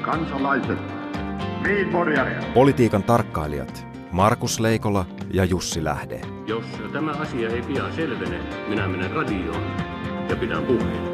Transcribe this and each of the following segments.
kansalaiset, Politiikan tarkkailijat Markus Leikola ja Jussi Lähde. Jos tämä asia ei pian selvene, minä menen radioon ja pidän puheen.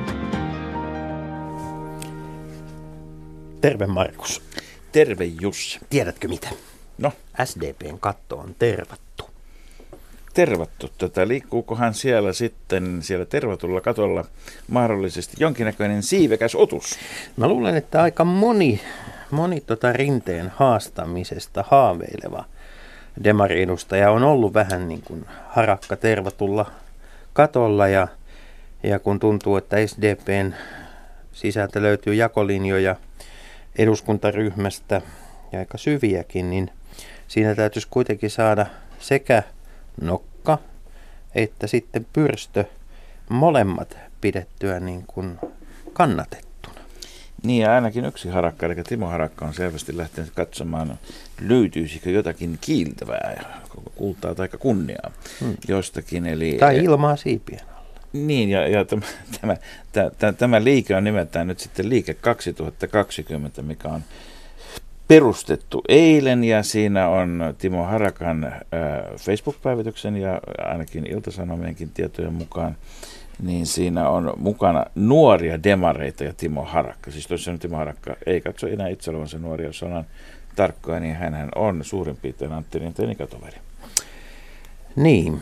Terve Markus. Terve Jussi. Tiedätkö mitä? No? SDPn katto on tervattu. Tervattu. Liikkuukohan siellä sitten tervatulla katolla mahdollisesti jonkinnäköinen siivekäs otus? Mä luulen, että aika moni Rinteen haastamisesta haaveileva demari-edustaja on ollut vähän niin kuin harakka tervatulla katolla ja kun tuntuu, että SDPn sisältä löytyy jakolinjoja eduskuntaryhmästä ja aika syviäkin, niin siinä täytyisi kuitenkin saada sekä nokka että sitten pyrstö molemmat pidettyä niin kuin kannatettuna. Niin ja ainakin yksi harakka, eli Timo Harakka on selvästi lähtenyt katsomaan, löytyisikö jotakin kiiltävää, kultaa tai kunniaa jostakin. Eli, tai ilmaa siipien alla. Niin ja tämä liike on nimeltään nyt sitten Liike 2020, mikä on perustettu eilen ja siinä on Timo Harakan Facebook-päivityksen ja ainakin Ilta-Sanomienkin tietojen mukaan, niin siinä on mukana nuoria demareita ja Timo Harakka. Siis tosiaan Timo Harakka ei katso enää itse olevansa nuoria, jos ollaan tarkkoja, niin hän on suurin piirtein Antti Rinteen ikätoveri. Niin,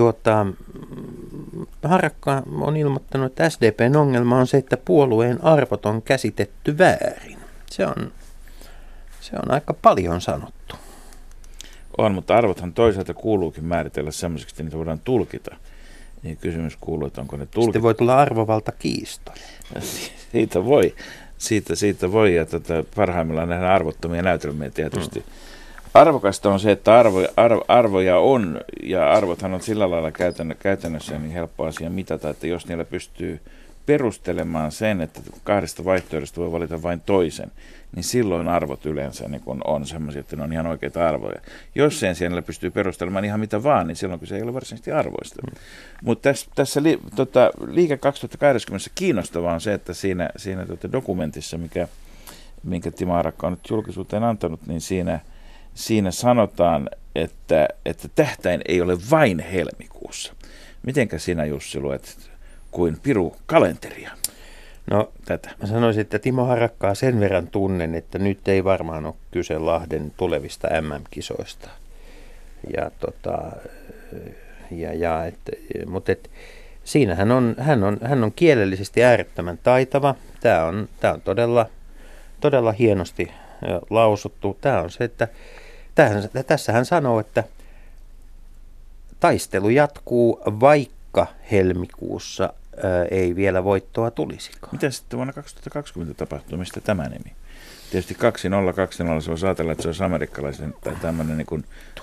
Harakka on ilmoittanut, että SDPn ongelma on se, että puolueen arvot on käsitetty väärin. Se on aika paljon sanottu. On, mutta arvothan toisaalta kuuluukin määritellä semmoiseksi, että niitä voidaan tulkita. Niin kysymys kuuluu, että onko ne tulkita. Sitten voi tulla arvovalta kiisto. Siitä voi ja parhaimmillaan nähdään arvottomia näytelmiä tietysti. Arvokasta on se, että arvoja on, ja arvothan on sillä lailla käytännössä niin helppo asia mitata, että jos niillä pystyy perustelemaan sen, että kahdesta vaihtoehdosta voi valita vain toisen, niin silloin arvot yleensä niin kun on sellaisia, että ne on ihan oikeita arvoja. Jos sen siellä pystyy perustelemaan ihan mitä vaan, niin silloin se ei ole varsinaisesti arvoista. Mutta tässä Liike 2020 kiinnostavaa on se, että siinä dokumentissa, minkä Timo Harakka on nyt julkisuuteen antanut, niin siinä sanotaan, että tähtäin ei ole vain helmikuussa. Mitenkä sinä, Jussi, luet kuin piru kalenteria? No, tätä. Mä sanoisin, että Timo Harakkaa sen verran tunnen, että nyt ei varmaan ole kyse Lahden tulevista MM-kisoista. Mutta siinä hän on kielellisesti äärettömän taitava. Tämä on todella hienosti lausuttu. Tämä on se, että tässä hän sanoo, että taistelu jatkuu, vaikka helmikuussa ei vielä voittoa tulisikaan. Mitä sitten vuonna 2020 tapahtuu? Mistä tämä nimi? Tietysti 2020 se voisi ajatella, että se olisi amerikkalaisen tai tämmöinen niin kuin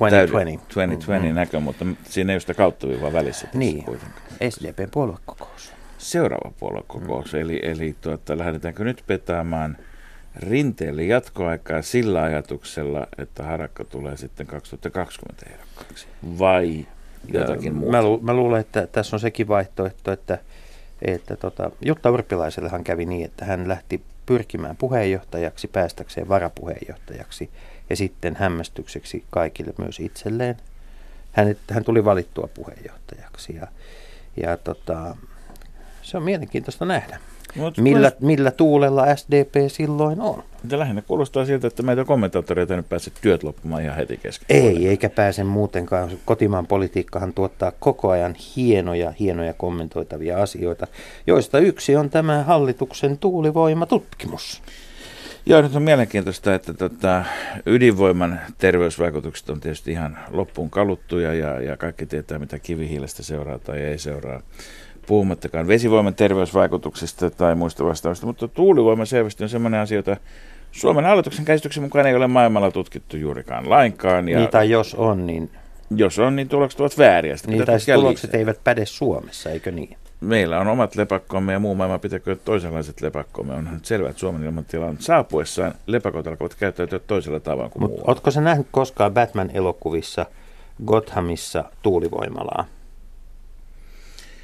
2020 näkö, mutta siinä ei ole sitä kauttaviivaa välissä. Niin, SDPn puoluekokous. Seuraava puoluekokous, eli lähdetäänkö nyt petaamaan Rinteelle jatkoaikaa sillä ajatuksella, että Harakka tulee sitten 2020 ehdokkaaksi, vai jotakin muuta? Mä luulen, että tässä on sekin vaihtoehto, että Jutta Urpilaisellehan kävi niin, että hän lähti pyrkimään puheenjohtajaksi, päästäkseen varapuheenjohtajaksi ja sitten hämmästykseksi kaikille myös itselleen. Hän tuli valittua puheenjohtajaksi ja se on mielenkiintoista nähdä. Millä tuulella SDP silloin on? Lähinnä kuulostaa siltä, että meitä kommentaattoreita nyt pääse työt loppumaan ihan heti kesken. Eikä pääse muutenkaan. Kotimaan politiikkahan tuottaa koko ajan hienoja kommentoitavia asioita, joista yksi on tämä hallituksen tuulivoimatutkimus. Joo, nyt on mielenkiintoista, että ydinvoiman terveysvaikutukset on tietysti ihan loppuun kaluttuja ja kaikki tietää, mitä kivihiilestä seuraa tai ei seuraa. Puhumattakaan vesivoiman terveysvaikutuksista tai muista vastaavista, mutta tuulivoima selvästi on sellainen asia, jota Suomen hallituksen käsityksen mukaan ei ole maailmalla tutkittu juurikaan lainkaan. Ja tai jos on, niin tulokset ovat vääriä. Tulokset eivät päde Suomessa, eikö niin? Meillä on omat lepakkomme ja muu maailma pitääkö toisenlaiset lepakkomme. On nyt selvää, että Suomen ilmatilan saapuessaan lepakot alkavat käyttäytyä toisella tavalla kuin muualla. Oletko sä nähnyt koskaan Batman-elokuvissa Gothamissa tuulivoimalaa?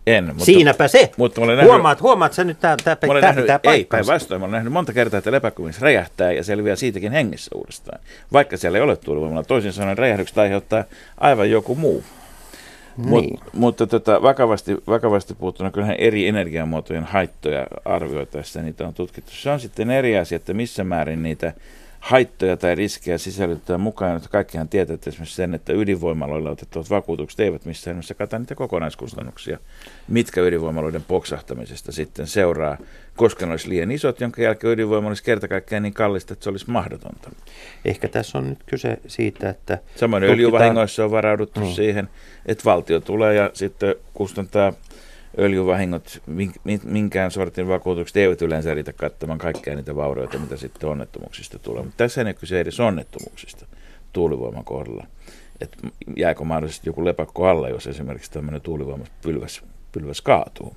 En, mutta, siinäpä se. Mutta Huomaat sä nyt, tämä pitää paikkansa. Ei, päinvastoin. Mä olen nähnyt monta kertaa, että lepäkumissa räjähtää ja selviää siitäkin hengissä uudestaan. Vaikka siellä ei ole tuulivoimalla. Toisin sanoen räjähdykset aiheuttaa aivan joku muu. Niin. Mutta vakavasti puhuttuna kyllähän eri energiamuotojen haittoja arvioitaessa niitä on tutkittu. Se on sitten eri asia, että missä määrin niitä haittoja tai riskejä sisällytetään mukaan. Että kaikkihan tietää että esimerkiksi sen, että ydinvoimaloilla otettavat vakuutukset eivät missään nimessä kata niitä kokonaiskustannuksia, mitkä ydinvoimaloiden poksahtamisesta sitten seuraa, koska ne olisi liian isot, jonka jälkeen ydinvoima olisi kerta kaikkiaan niin kallista, että se olisi mahdotonta. Ehkä tässä on nyt kyse siitä, että samoin öljyvahingoissa on varauduttu siihen, että valtio tulee ja sitten kustantaa öljyvahingot, minkään sortin vakuutukset eivät yleensä riitä kattamaan kaikkia niitä vaurioita, mitä sitten onnettomuuksista tulee. Mutta tässä ei ole kyse edes onnettomuuksista tuulivoiman kohdalla. Että jääkö mahdollisesti joku lepakko alla, jos esimerkiksi tämmöinen tuulivoimapylväs kaatuu?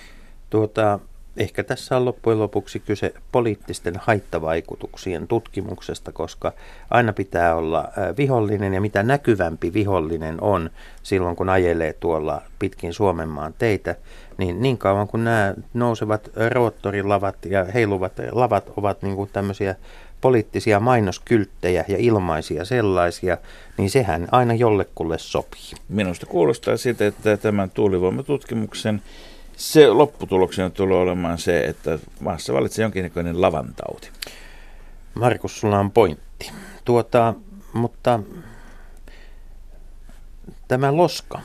Ehkä tässä on loppujen lopuksi kyse poliittisten haittavaikutuksien tutkimuksesta, koska aina pitää olla vihollinen, ja mitä näkyvämpi vihollinen on silloin, kun ajelee tuolla pitkin Suomenmaan teitä, niin kauan kun nämä nousevat roottorilavat ja heiluvat lavat ovat niin kuin tämmöisiä poliittisia mainoskylttejä ja ilmaisia sellaisia, niin sehän aina jollekulle sopii. Minusta kuulostaa siltä, että tämän tuulivoimatutkimuksen se lopputuloksena tulee olemaan se, että maassa valitsee jonkinnäköinen lavantauti. Markus, sulla on pointti. Mutta tämä loska.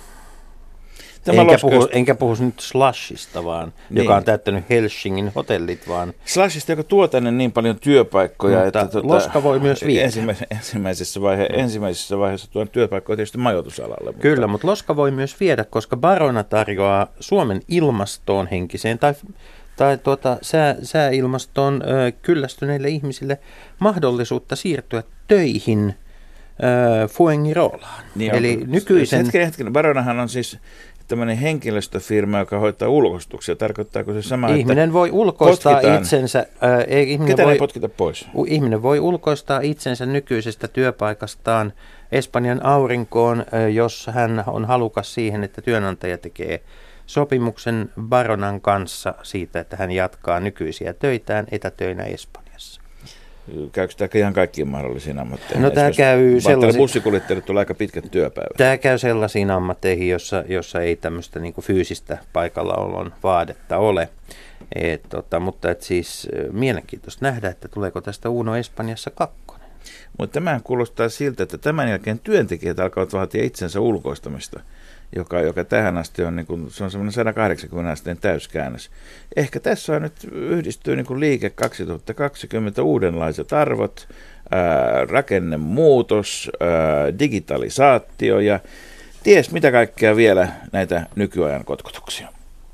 Enkä puhu nyt Slushista, vaan, niin, joka on täyttänyt Helsingin hotellit, vaan Slushista, joka tuo tänne niin paljon työpaikkoja. Mutta että loska voi myös viedä. Ensimmäisessä vaiheessa tuon työpaikkoja tietysti majoitusalalle. Kyllä, mutta loska voi myös viedä, koska Barona tarjoaa Suomen ilmastoon henkiseen tai sääilmastoon kyllästyneille ihmisille mahdollisuutta siirtyä töihin Fuengirolaan. Niin eli nykyisen hetken. Baronahan on siis tämmöinen henkilöstöfirma, joka hoitaa ulkoistuksia. Tarkoittaako se sama, ihminen voi ulkoistaa itsensä. Ketä ei potkita pois? Ihminen voi ulkoistaa itsensä nykyisestä työpaikastaan Espanjan aurinkoon, jos hän on halukas siihen, että työnantaja tekee sopimuksen Baronan kanssa siitä, että hän jatkaa nykyisiä töitään etätöinä Espanjassa. Käykö tämä ihan kaikkiin mahdollisiin ammatteihin? No tämä käy sellaisiin. Bussikuljettajat tulee aika pitkät työpäivät. Tämä käy sellaisiin ammatteihin, jossa ei tämmöistä niin kuin fyysistä paikallaolon vaadetta ole. Mutta siis mielenkiintoista nähdä, että tuleeko tästä Uno Espanjassa 2. Mutta tämähän kuulostaa siltä, että tämän jälkeen työntekijät alkavat vaatia itsensä ulkoistamista, joka tähän asti on, niin kuin, se on semmoinen 180 asteen täyskäännös. Ehkä tässä on nyt yhdistyy niin kuin liike 2020, uudenlaiset arvot, rakennemuutos, digitalisaatio ja ties mitä kaikkea vielä näitä nykyajan kotkotuksia.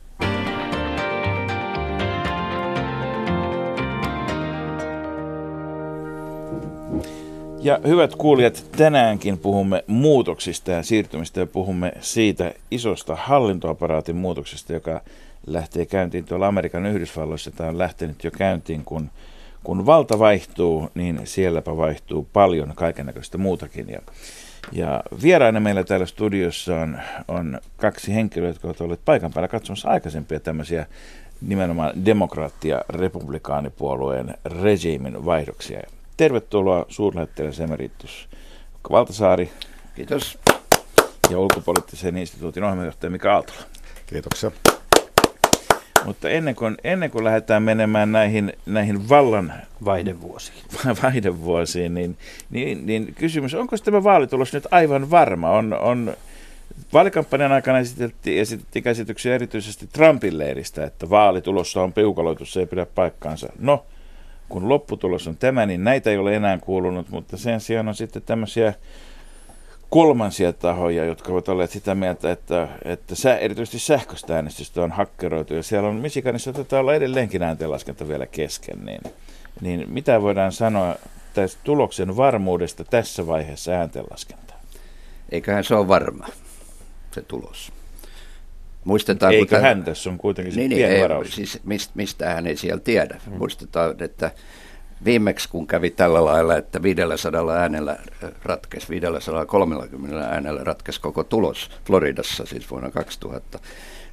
Ja hyvät kuulijat, tänäänkin puhumme muutoksista ja siirtymistä ja puhumme siitä isosta hallintoaparaatin muutoksesta, joka lähtee käyntiin tuolla Amerikan Yhdysvalloissa. Tämä on lähtenyt jo käyntiin, kun valta vaihtuu, niin sielläpä vaihtuu paljon kaikennäköistä muutakin. Ja vieraina meillä täällä studiossa on 2 henkilöä, jotka ovat olleet paikan päällä katsomassa aikaisempia tämmöisiä nimenomaan demokraattia republikaanipuolueen regiimin vaihdoksia. Tervetuloa suurlähettiläs emeritus Valtasaari. Kiitos. Ja ulkopoliittisen instituutin ohjelmanjohtaja Mika Aaltola. Kiitoksia. Mutta ennen kuin lähdetään menemään näihin vallan vaihdevuosiin, niin kysymys, onko tämä vaalitulos nyt aivan varma? On vaalikampanjan aikana esitettiin käsityksiä erityisesti Trumpin leiristä, että vaalitulossa on peukaloitu, se ei pidä paikkaansa. No, kun lopputulos on tämä, niin näitä ei ole enää kuulunut, mutta sen sijaan on sitten tämmöisiä kolmansia tahoja, jotka ovat olleet sitä mieltä, että erityisesti sähköistä äänestystä on hakkeroitu, ja siellä on Michiganissa taitaa olla edelleenkin ääntenlaskenta vielä kesken, niin mitä voidaan sanoa tästä tuloksen varmuudesta tässä vaiheessa ääntenlaskentaa? Eiköhän se ole varma, se tulos. Eiköhän tässä on kuitenkin se pieni varaus. Siis mistä hän ei siellä tiedä. Muistetaan, että viimeksi kun kävi tällä lailla, että 500 äänellä ratkesi, 530 äänellä ratkesi koko tulos Floridassa siis vuonna 2000,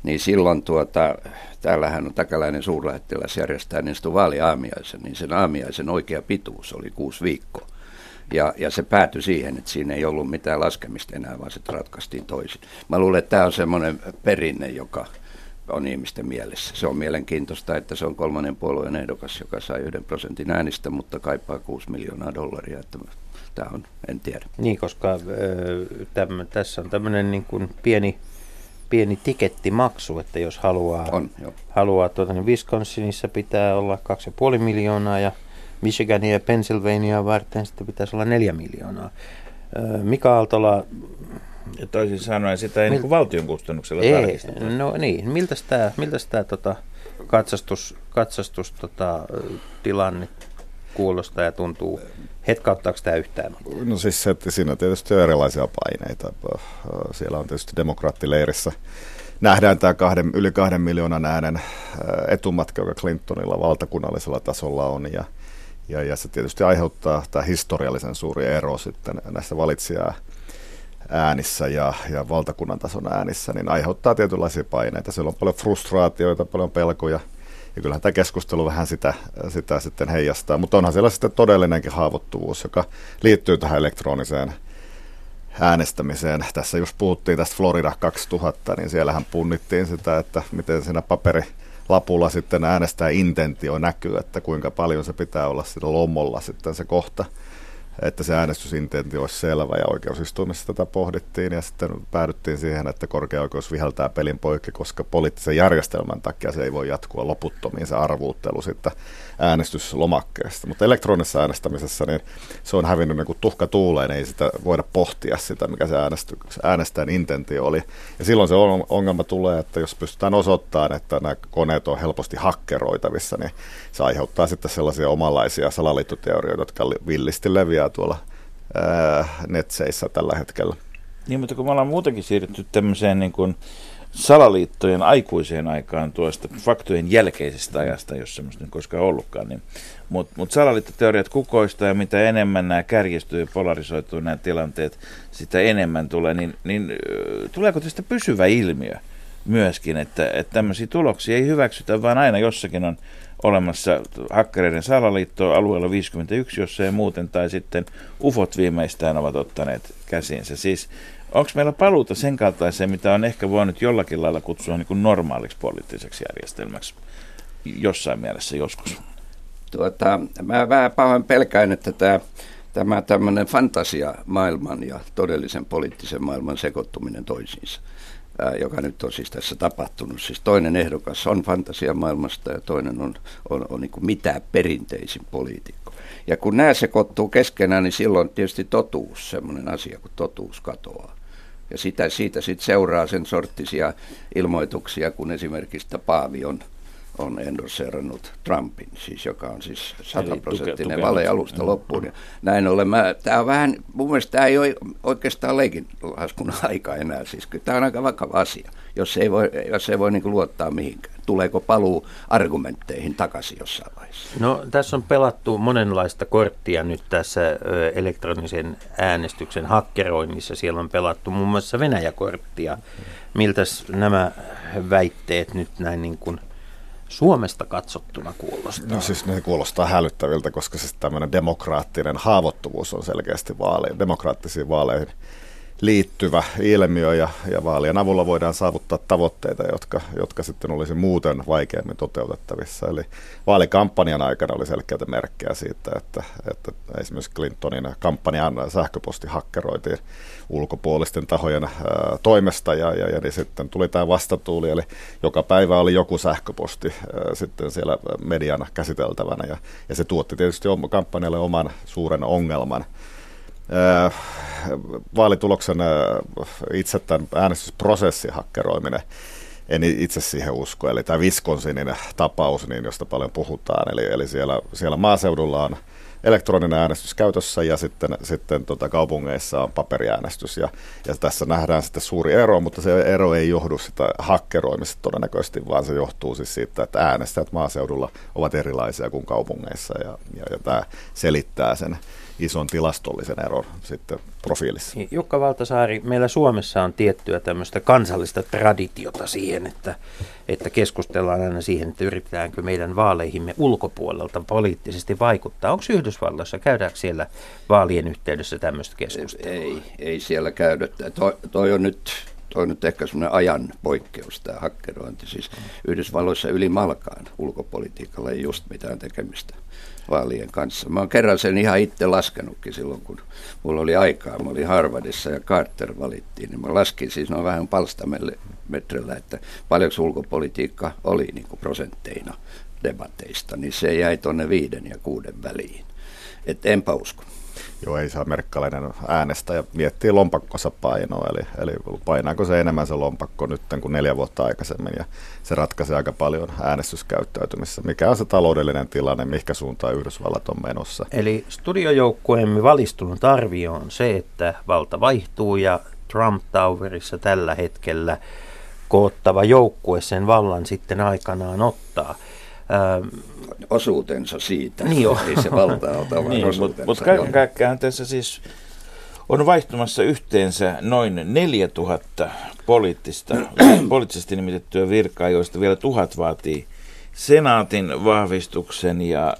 niin silloin täällähän on Täkäläinen suurlähettiläs järjestää niin sanotun vaaliaamiaisen, niin sen aamiaisen oikea pituus oli 6 viikkoa. Ja se päätyi siihen, että siinä ei ollut mitään laskemista enää, vaan se ratkaistiin toisin. Mä luulen, että tämä on semmoinen perinne, joka on ihmisten mielessä. Se on mielenkiintoista, että se on 3. puolueen ehdokas, joka sai 1% äänistä, mutta kaipaa $6 miljoonaa. Että tämä on, en tiedä. Niin, koska tässä on tämmöinen niin kuin pieni tikettimaksu, että jos haluaa niin Wisconsinissa pitää olla 2,5 miljoonaa ja Michigania ja Pennsylvania varten sitten pitäisi olla 4 miljoonaa. Mika Aaltola... Ja toisin sanoen sitä ei niin valtion kustannuksella tarkisteta. No niin, miltä tämä katsastustilanne kuulostaa ja tuntuu? Hetkauttaako tämä yhtään? No siis se, että siinä tietysti on erilaisia paineita. Siellä on tietysti demokraattileirissä. Nähdään tämä yli 2 miljoonan äänen etumatka, joka Clintonilla valtakunnallisella tasolla on. Ja se tietysti aiheuttaa tämä historiallisen suuri ero sitten näissä äänissä ja valtakunnan tason äänissä, niin aiheuttaa tietynlaisia paineita. Siellä on paljon frustraatioita, paljon pelkoja, ja kyllähän tämä keskustelu vähän sitä sitten heijastaa. Mutta onhan siellä sitten todellinenkin haavoittuvuus, joka liittyy tähän elektroniseen äänestämiseen. Tässä just puhuttiin tästä Florida 2000, niin siellähän punnittiin sitä, että miten siinä paperilapulla sitten äänestää intentio näkyy, että kuinka paljon se pitää olla sillä lommolla sitten se kohta, että se äänestysintentio olisi selvä, ja oikeusistuimessa tätä pohdittiin, ja sitten päädyttiin siihen, että korkeaoikeus viheltää pelin poikki, koska poliittisen järjestelmän takia se ei voi jatkua loputtomiin, se arvuuttelu sitten äänestyslomakkeesta. Mutta elektronisessa äänestämisessä niin se on hävinnyt niin kuin tuhka tuuleen, ei sitä voida pohtia sitä, mikä se äänestäjän intentio oli. Ja silloin se ongelma tulee, että jos pystytään osoittamaan, että nämä koneet on helposti hakkeroitavissa, niin se aiheuttaa sitten sellaisia omanlaisia salaliittoteorioita, jotka villisti leviää tuolla netseissä tällä hetkellä. Niin, mutta kun me ollaan muutenkin siirrytty tämmöiseen niin kuin salaliittojen aikuiseen aikaan tuosta faktojen jälkeisestä ajasta, jos semmoista nyt koskaan ollutkaan, niin, mutta salaliittoteoriat kukoistaa, ja mitä enemmän nämä kärjistyy ja polarisoituu nämä tilanteet, sitä enemmän tulee, niin tuleeko tästä pysyvä ilmiö myöskin, että tämmöisiä tuloksia ei hyväksytä, vaan aina jossakin on olemassa hakkereiden salaliitto alueella 51, jossa ei muuten, tai sitten ufot viimeistään ovat ottaneet käsiinsä. Siis onko meillä paluuta sen kaltaiseen, mitä on ehkä voinut jollakin lailla kutsua niin kuin normaaliksi poliittiseksi järjestelmäksi jossain mielessä joskus? Mä vähän pahoin pelkään, että tämä tämmöinen fantasiamaailman ja todellisen poliittisen maailman sekoittuminen toisiinsa, joka nyt on siis tässä tapahtunut. Siis toinen ehdokas on fantasiamaailmasta ja toinen on niin kuin mitä perinteisin poliitikko. Ja kun nämä sekoittuu keskenään, niin silloin tietysti totuus, semmoinen asia kuin totuus katoaa. Ja siitä sitten seuraa sen sorttisia ilmoituksia, kun esimerkiksi Paavi on endorseerannut Trumpin, siis joka on siis 100% vale alusta loppuun. Ja näin ollen, tämä on vähän, mun mielestä tämä ei ole oikeastaan leikinlaskun aika enää. Siis tämä on aika vakava asia, jos ei voi niin kuin luottaa mihinkään. Tuleeko paluu argumentteihin takaisin jossain vaiheessa? No tässä on pelattu monenlaista korttia nyt tässä elektronisen äänestyksen hakkeroinnissa. Siellä on pelattu muun muassa Venäjä-korttia. Miltäs nämä väitteet nyt näin niin kuin Suomesta katsottuna kuulostaa? No siis ne kuulostaa hälyttäviltä, koska siis tämmöinen demokraattinen haavoittuvuus on selkeästi demokraattisiin vaaleihin liittyvä ilmiö, ja vaalien avulla voidaan saavuttaa tavoitteita, jotka sitten olisi muuten vaikeammin toteutettavissa. Eli vaalikampanjan aikana oli selkeitä merkkejä siitä, että esimerkiksi Clintonin kampanjan sähköposti hakkeroitiin ulkopuolisten tahojen toimesta, ja niin sitten tuli tämä vastatuuli, eli joka päivä oli joku sähköposti sitten siellä median käsiteltävänä, ja se tuotti tietysti kampanjalle oman suuren ongelman. Vaalituloksen itse tämän äänestysprosessin hakkeroiminen, en itse siihen usko. Eli tämä Wisconsinin tapaus, niin josta paljon puhutaan, eli siellä maaseudulla on elektroninen äänestys käytössä ja sitten kaupungeissa on paperiäänestys. Ja tässä nähdään sitten suuri ero, mutta se ero ei johdu sitä hakkeroimista todennäköisesti, vaan se johtuu siis siitä, että äänestäjät maaseudulla ovat erilaisia kuin kaupungeissa ja tämä selittää sen ison tilastollisen eron sitten profiilissa. Jukka Valtasaari, meillä Suomessa on tiettyä tämmöistä kansallista traditiota siihen, että keskustellaan aina siihen, että yritetäänkö meidän vaaleihimme ulkopuolelta poliittisesti vaikuttaa. Onko Yhdysvalloissa, käydäänkö siellä vaalien yhteydessä tämmöistä keskustelua? Ei siellä käydä. Toi on nyt ehkä semmoinen ajan poikkeus, tämä hakkerointi. Siis Yhdysvalloissa ylimalkaan ulkopolitiikalla ei just mitään tekemistä vaalien kanssa. Mä oon kerran sen ihan itse laskenutkin silloin, kun mulla oli aikaa. Mä olin Harvardissa ja Carter valittiin, niin mä laskin siis noin vähän palstametrellä, että paljonko ulkopolitiikka oli niin kuin prosentteina debateista, niin se jäi tuonne 5 ja 6 väliin. Että enpä usko. Joo, ei saa amerikkalainen äänestäjä miettiä lompakkonsa painoa, eli painaako se enemmän se lompakko nyt kuin 4 vuotta aikaisemmin, ja se ratkaisee aika paljon äänestyskäyttäytymissä. Mikä on se taloudellinen tilanne, mihinkä suuntaan Yhdysvallat on menossa? Eli studiojoukkueemme valistunut arvio on se, että valta vaihtuu ja Trump Towerissa tällä hetkellä koottava joukkue sen vallan sitten aikanaan ottaa. Osuutensa siitä. Niin ei se valtaa ota, vaan niin, osuutensa. Mutta kaiken kaikkiaan tässä siis on vaihtumassa yhteensä noin 4000 poliittisesti nimitettyä virkaa, joista vielä 1000 vaatii senaatin vahvistuksen ja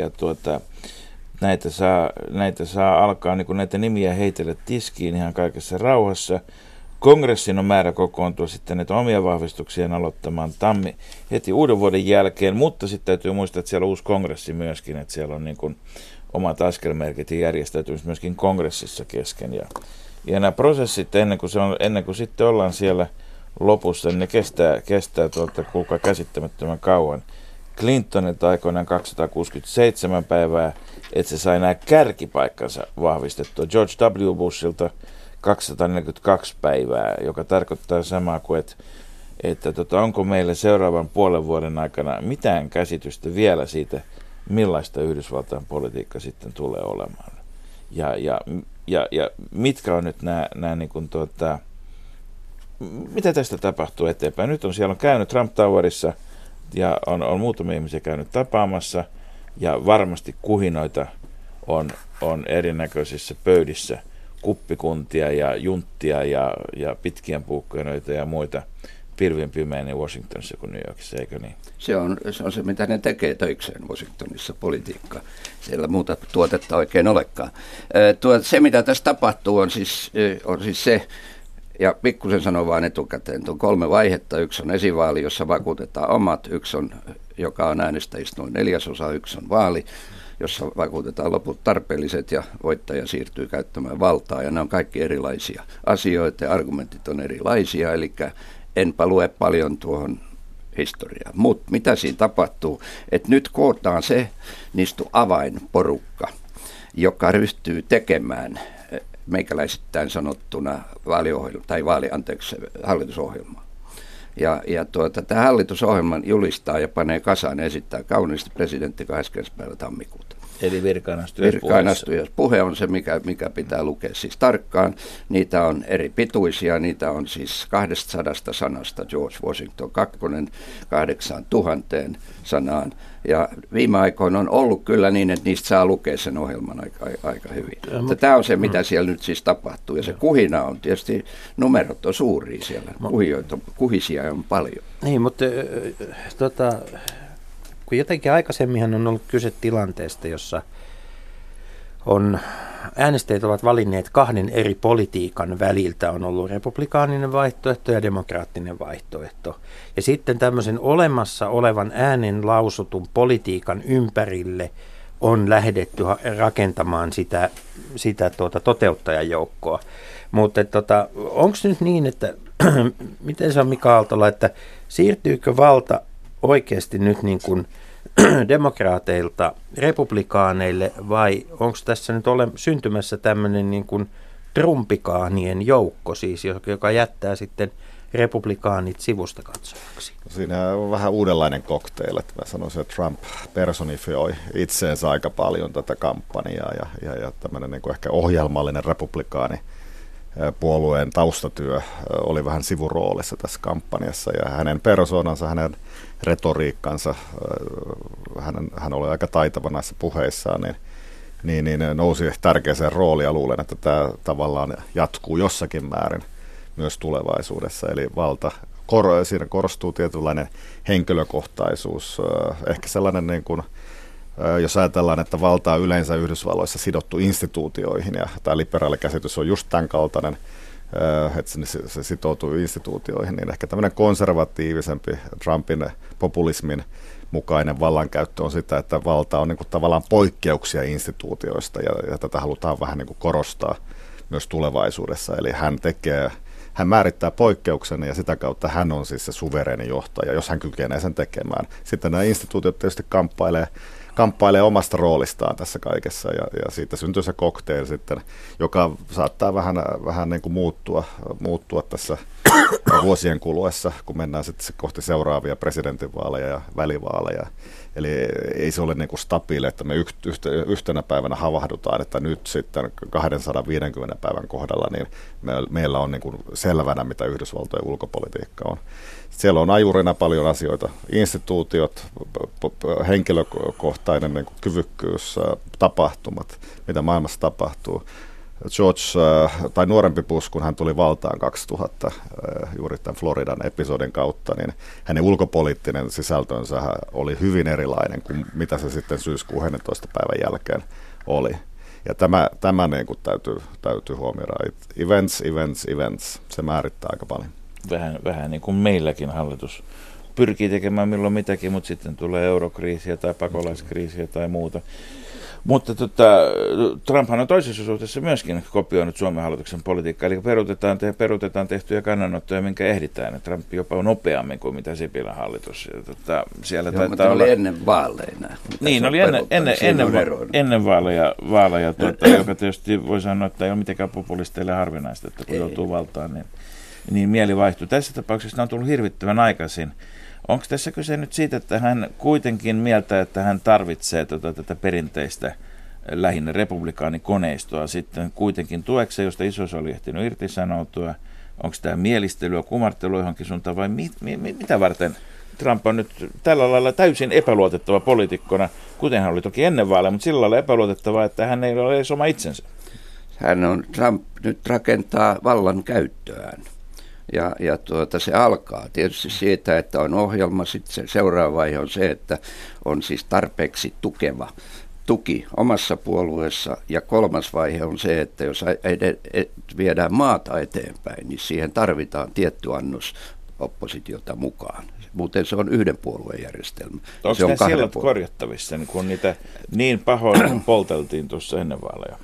näitä saa alkaa niin kuin näitä nimiä heitellä tiskiin ihan kaikessa rauhassa. Kongressin on määrä kokoontua sitten näitä omia vahvistuksien aloittamaan heti uuden vuoden jälkeen, mutta sitten täytyy muistaa, että siellä on uusi kongressi myöskin, että siellä on niin kuin omat askelmerkit ja järjestäytymistä myöskin kongressissa kesken. Ja nämä prosessit, ennen kuin sitten ollaan siellä lopussa, niin ne kestää kuulkaa käsittämättömän kauan. Clintonilta aikoinaan 267 päivää, että se sai nämä kärkipaikkansa vahvistettua. George W. Bushilta 242 päivää, joka tarkoittaa samaa kuin, että onko meillä seuraavan puolen vuoden aikana mitään käsitystä vielä siitä, millaista Yhdysvaltain politiikka sitten tulee olemaan. Ja mitkä on nyt nämä niin kuin mitä tästä tapahtuu eteenpäin? Nyt siellä on käynyt Trump Towerissa ja on muutamia ihmisiä käynyt tapaamassa ja varmasti kuhinoita on erinäköisissä pöydissä, kuppikuntia ja junttia ja pitkien puukkoja ja muita pilvien pimeä niin Washingtonissa kuin New Yorkissa, eikö niin? Se on se, mitä ne tekee töikseen Washingtonissa, politiikka. Siellä muuta tuotetta oikein olekaan. Se, mitä tässä tapahtuu, on siis se, ja pikkusen sanon vaan etukäteen, on 3 vaihetta. Yksi on esivaali, jossa vakuutetaan omat. Yksi on, joka on äänestäjistä noin 4/4. Yksi on vaali, jossa vakuutetaan loput tarpeelliset ja voittaja siirtyy käyttämään valtaa. Ja nämä on kaikki erilaisia asioita ja argumentit on erilaisia, eli enpä lue paljon tuohon historiaan. Mutta mitä siinä tapahtuu, että nyt kootaan se avainporukka, joka ryhtyy tekemään meikäläisittäin sanottuna hallitusohjelmaa. Ja tämä hallitusohjelman julistaa ja panee kasaan ja esittää kauniisti presidentti 20. päivä tammikuuta. Eli virkaanastujaispuhe on se, mikä pitää lukea siis tarkkaan. Niitä on eri pituisia, niitä on siis 200 sanasta George Washington 2 8000 sanaan. Ja viime aikoina on ollut kyllä niin, että niistä saa lukea sen ohjelman aika hyvin. Tämä on se, mitä siellä nyt siis tapahtuu. Ja se kuhina on tietysti, numerot on suuria siellä. Kuhisia on paljon. Niin, mutta kun jotenkin aikaisemminhan on ollut kyse tilanteesta, jossa äänestäjät ovat valinneet 2 eri politiikan väliltä. On ollut republikaaninen vaihtoehto ja demokraattinen vaihtoehto. Ja sitten tämmöisen olemassa olevan äänen lausutun politiikan ympärille on lähdetty rakentamaan sitä toteuttajajoukkoa. Mutta onko nyt niin, että miten se on Mika Aaltola, että siirtyykö valta oikeasti nyt niin kuin demokraateilta republikaaneille vai onko tässä nyt syntymässä tämmöinen niin kuin trumpikaanien joukko siis, joka jättää sitten republikaanit sivusta katsojaksi? Siinä on vähän uudenlainen cocktail, että mä sanoisin, että Trump personifioi itseensä aika paljon tätä kampanjaa ja tämmöinen niin kuin ehkä ohjelmallinen republikaani puolueen taustatyö oli vähän sivuroolissa tässä kampanjassa ja hänen persoonansa, hänen retoriikkansa, hän oli aika taitava näissä puheissaan, niin nousi tärkeäseen rooliin ja luulen, että tämä tavallaan jatkuu jossakin määrin myös tulevaisuudessa. Eli siinä korostuu tietynlainen henkilökohtaisuus, ehkä sellainen niin kuin, jos ajatellaan, että valta on yleensä Yhdysvalloissa sidottu instituutioihin ja tämä liberaali käsitys on just tämän kaltainen, että se sitoutuu instituutioihin, niin ehkä tämmöinen konservatiivisempi Trumpin populismin mukainen vallankäyttö on sitä, että valta on niin kuin tavallaan poikkeuksia instituutioista ja tätä halutaan vähän niin kuin korostaa myös tulevaisuudessa. Eli hän määrittää poikkeuksen ja sitä kautta hän on siis se suvereeni johtaja, jos hän kykenee sen tekemään. Sitten nämä instituutiot tietysti kamppailee omasta roolistaan tässä kaikessa ja siitä syntyy se cocktail sitten, joka saattaa vähän niin kuin muuttua tässä vuosien kuluessa, kun mennään sitten kohti seuraavia presidentinvaaleja ja välivaaleja. Eli ei se ole niin kuin stabiili, että me yhtenä päivänä havahdutaan, että nyt sitten 250 päivän kohdalla niin meillä on niin kuin selvänä, mitä Yhdysvaltojen ulkopolitiikka on. Siellä on ajurina paljon asioita, instituutiot, henkilökohtainen niin kuin kyvykkyys, tapahtumat, mitä maailmassa tapahtuu. George, tai nuorempi Bush, kun hän tuli valtaan 2000 juuri tämän Floridan episodin kautta, niin hänen ulkopoliittinen sisältönsä oli hyvin erilainen kuin mitä se sitten syyskuun 11. päivän jälkeen oli. Ja tämä niin kuin täytyy huomioida. Events, se määrittää aika paljon. Vähän niin kuin meilläkin hallitus pyrkii tekemään milloin mitäkin, mutta sitten tulee eurokriisiä tai pakolaiskriisiä tai muuta. Mutta Trumphan on toisessa suhteessa myöskin kopioinut Suomen hallituksen politiikkaa, eli peruutetaan tehtyjä kannanottoja, minkä ehditään. Trump jopa on nopeammin kuin mitä Sipilän hallitus. Siellä mutta oli ennen vaaleja. Niin, oli ennen vaaleja joka tietysti voi sanoa, että ei ole mitenkään populisteille harvinaista, että kun joutuu valtaan, niin mieli vaihtuu. Tässä tapauksessa on tullut hirvittävän aikaisin. Onko tässä kyse nyt siitä, että hän kuitenkin mieltää, että hän tarvitsee tätä perinteistä lähinnä republikaanikoneistoa sitten kuitenkin tuekseen, josta isossa oli ehtinyt irtisanoutua? Onko tämä mielistelyä, kumartelu johonkin suuntaan vai mitä varten Trump on nyt tällä lailla täysin epäluotettava poliitikkona, kuten hän oli toki ennen vaaleja, mutta sillä lailla epäluotettava, että hän ei ole edes oma itsensä? Trump nyt rakentaa vallan käyttöään. Ja se alkaa tietysti siitä, että on ohjelma, sitten se seuraava vaihe on se, että on siis tarpeeksi tukeva tuki omassa puolueessa, ja kolmas vaihe on se, että jos viedään maata eteenpäin, niin siihen tarvitaan tietty annos oppositiota mukaan. Muuten se on yhden puolueen järjestelmä. Onko ne sillat korjattavissa, kun niitä niin pahoin polteltiin tuossa ennen vaaleja?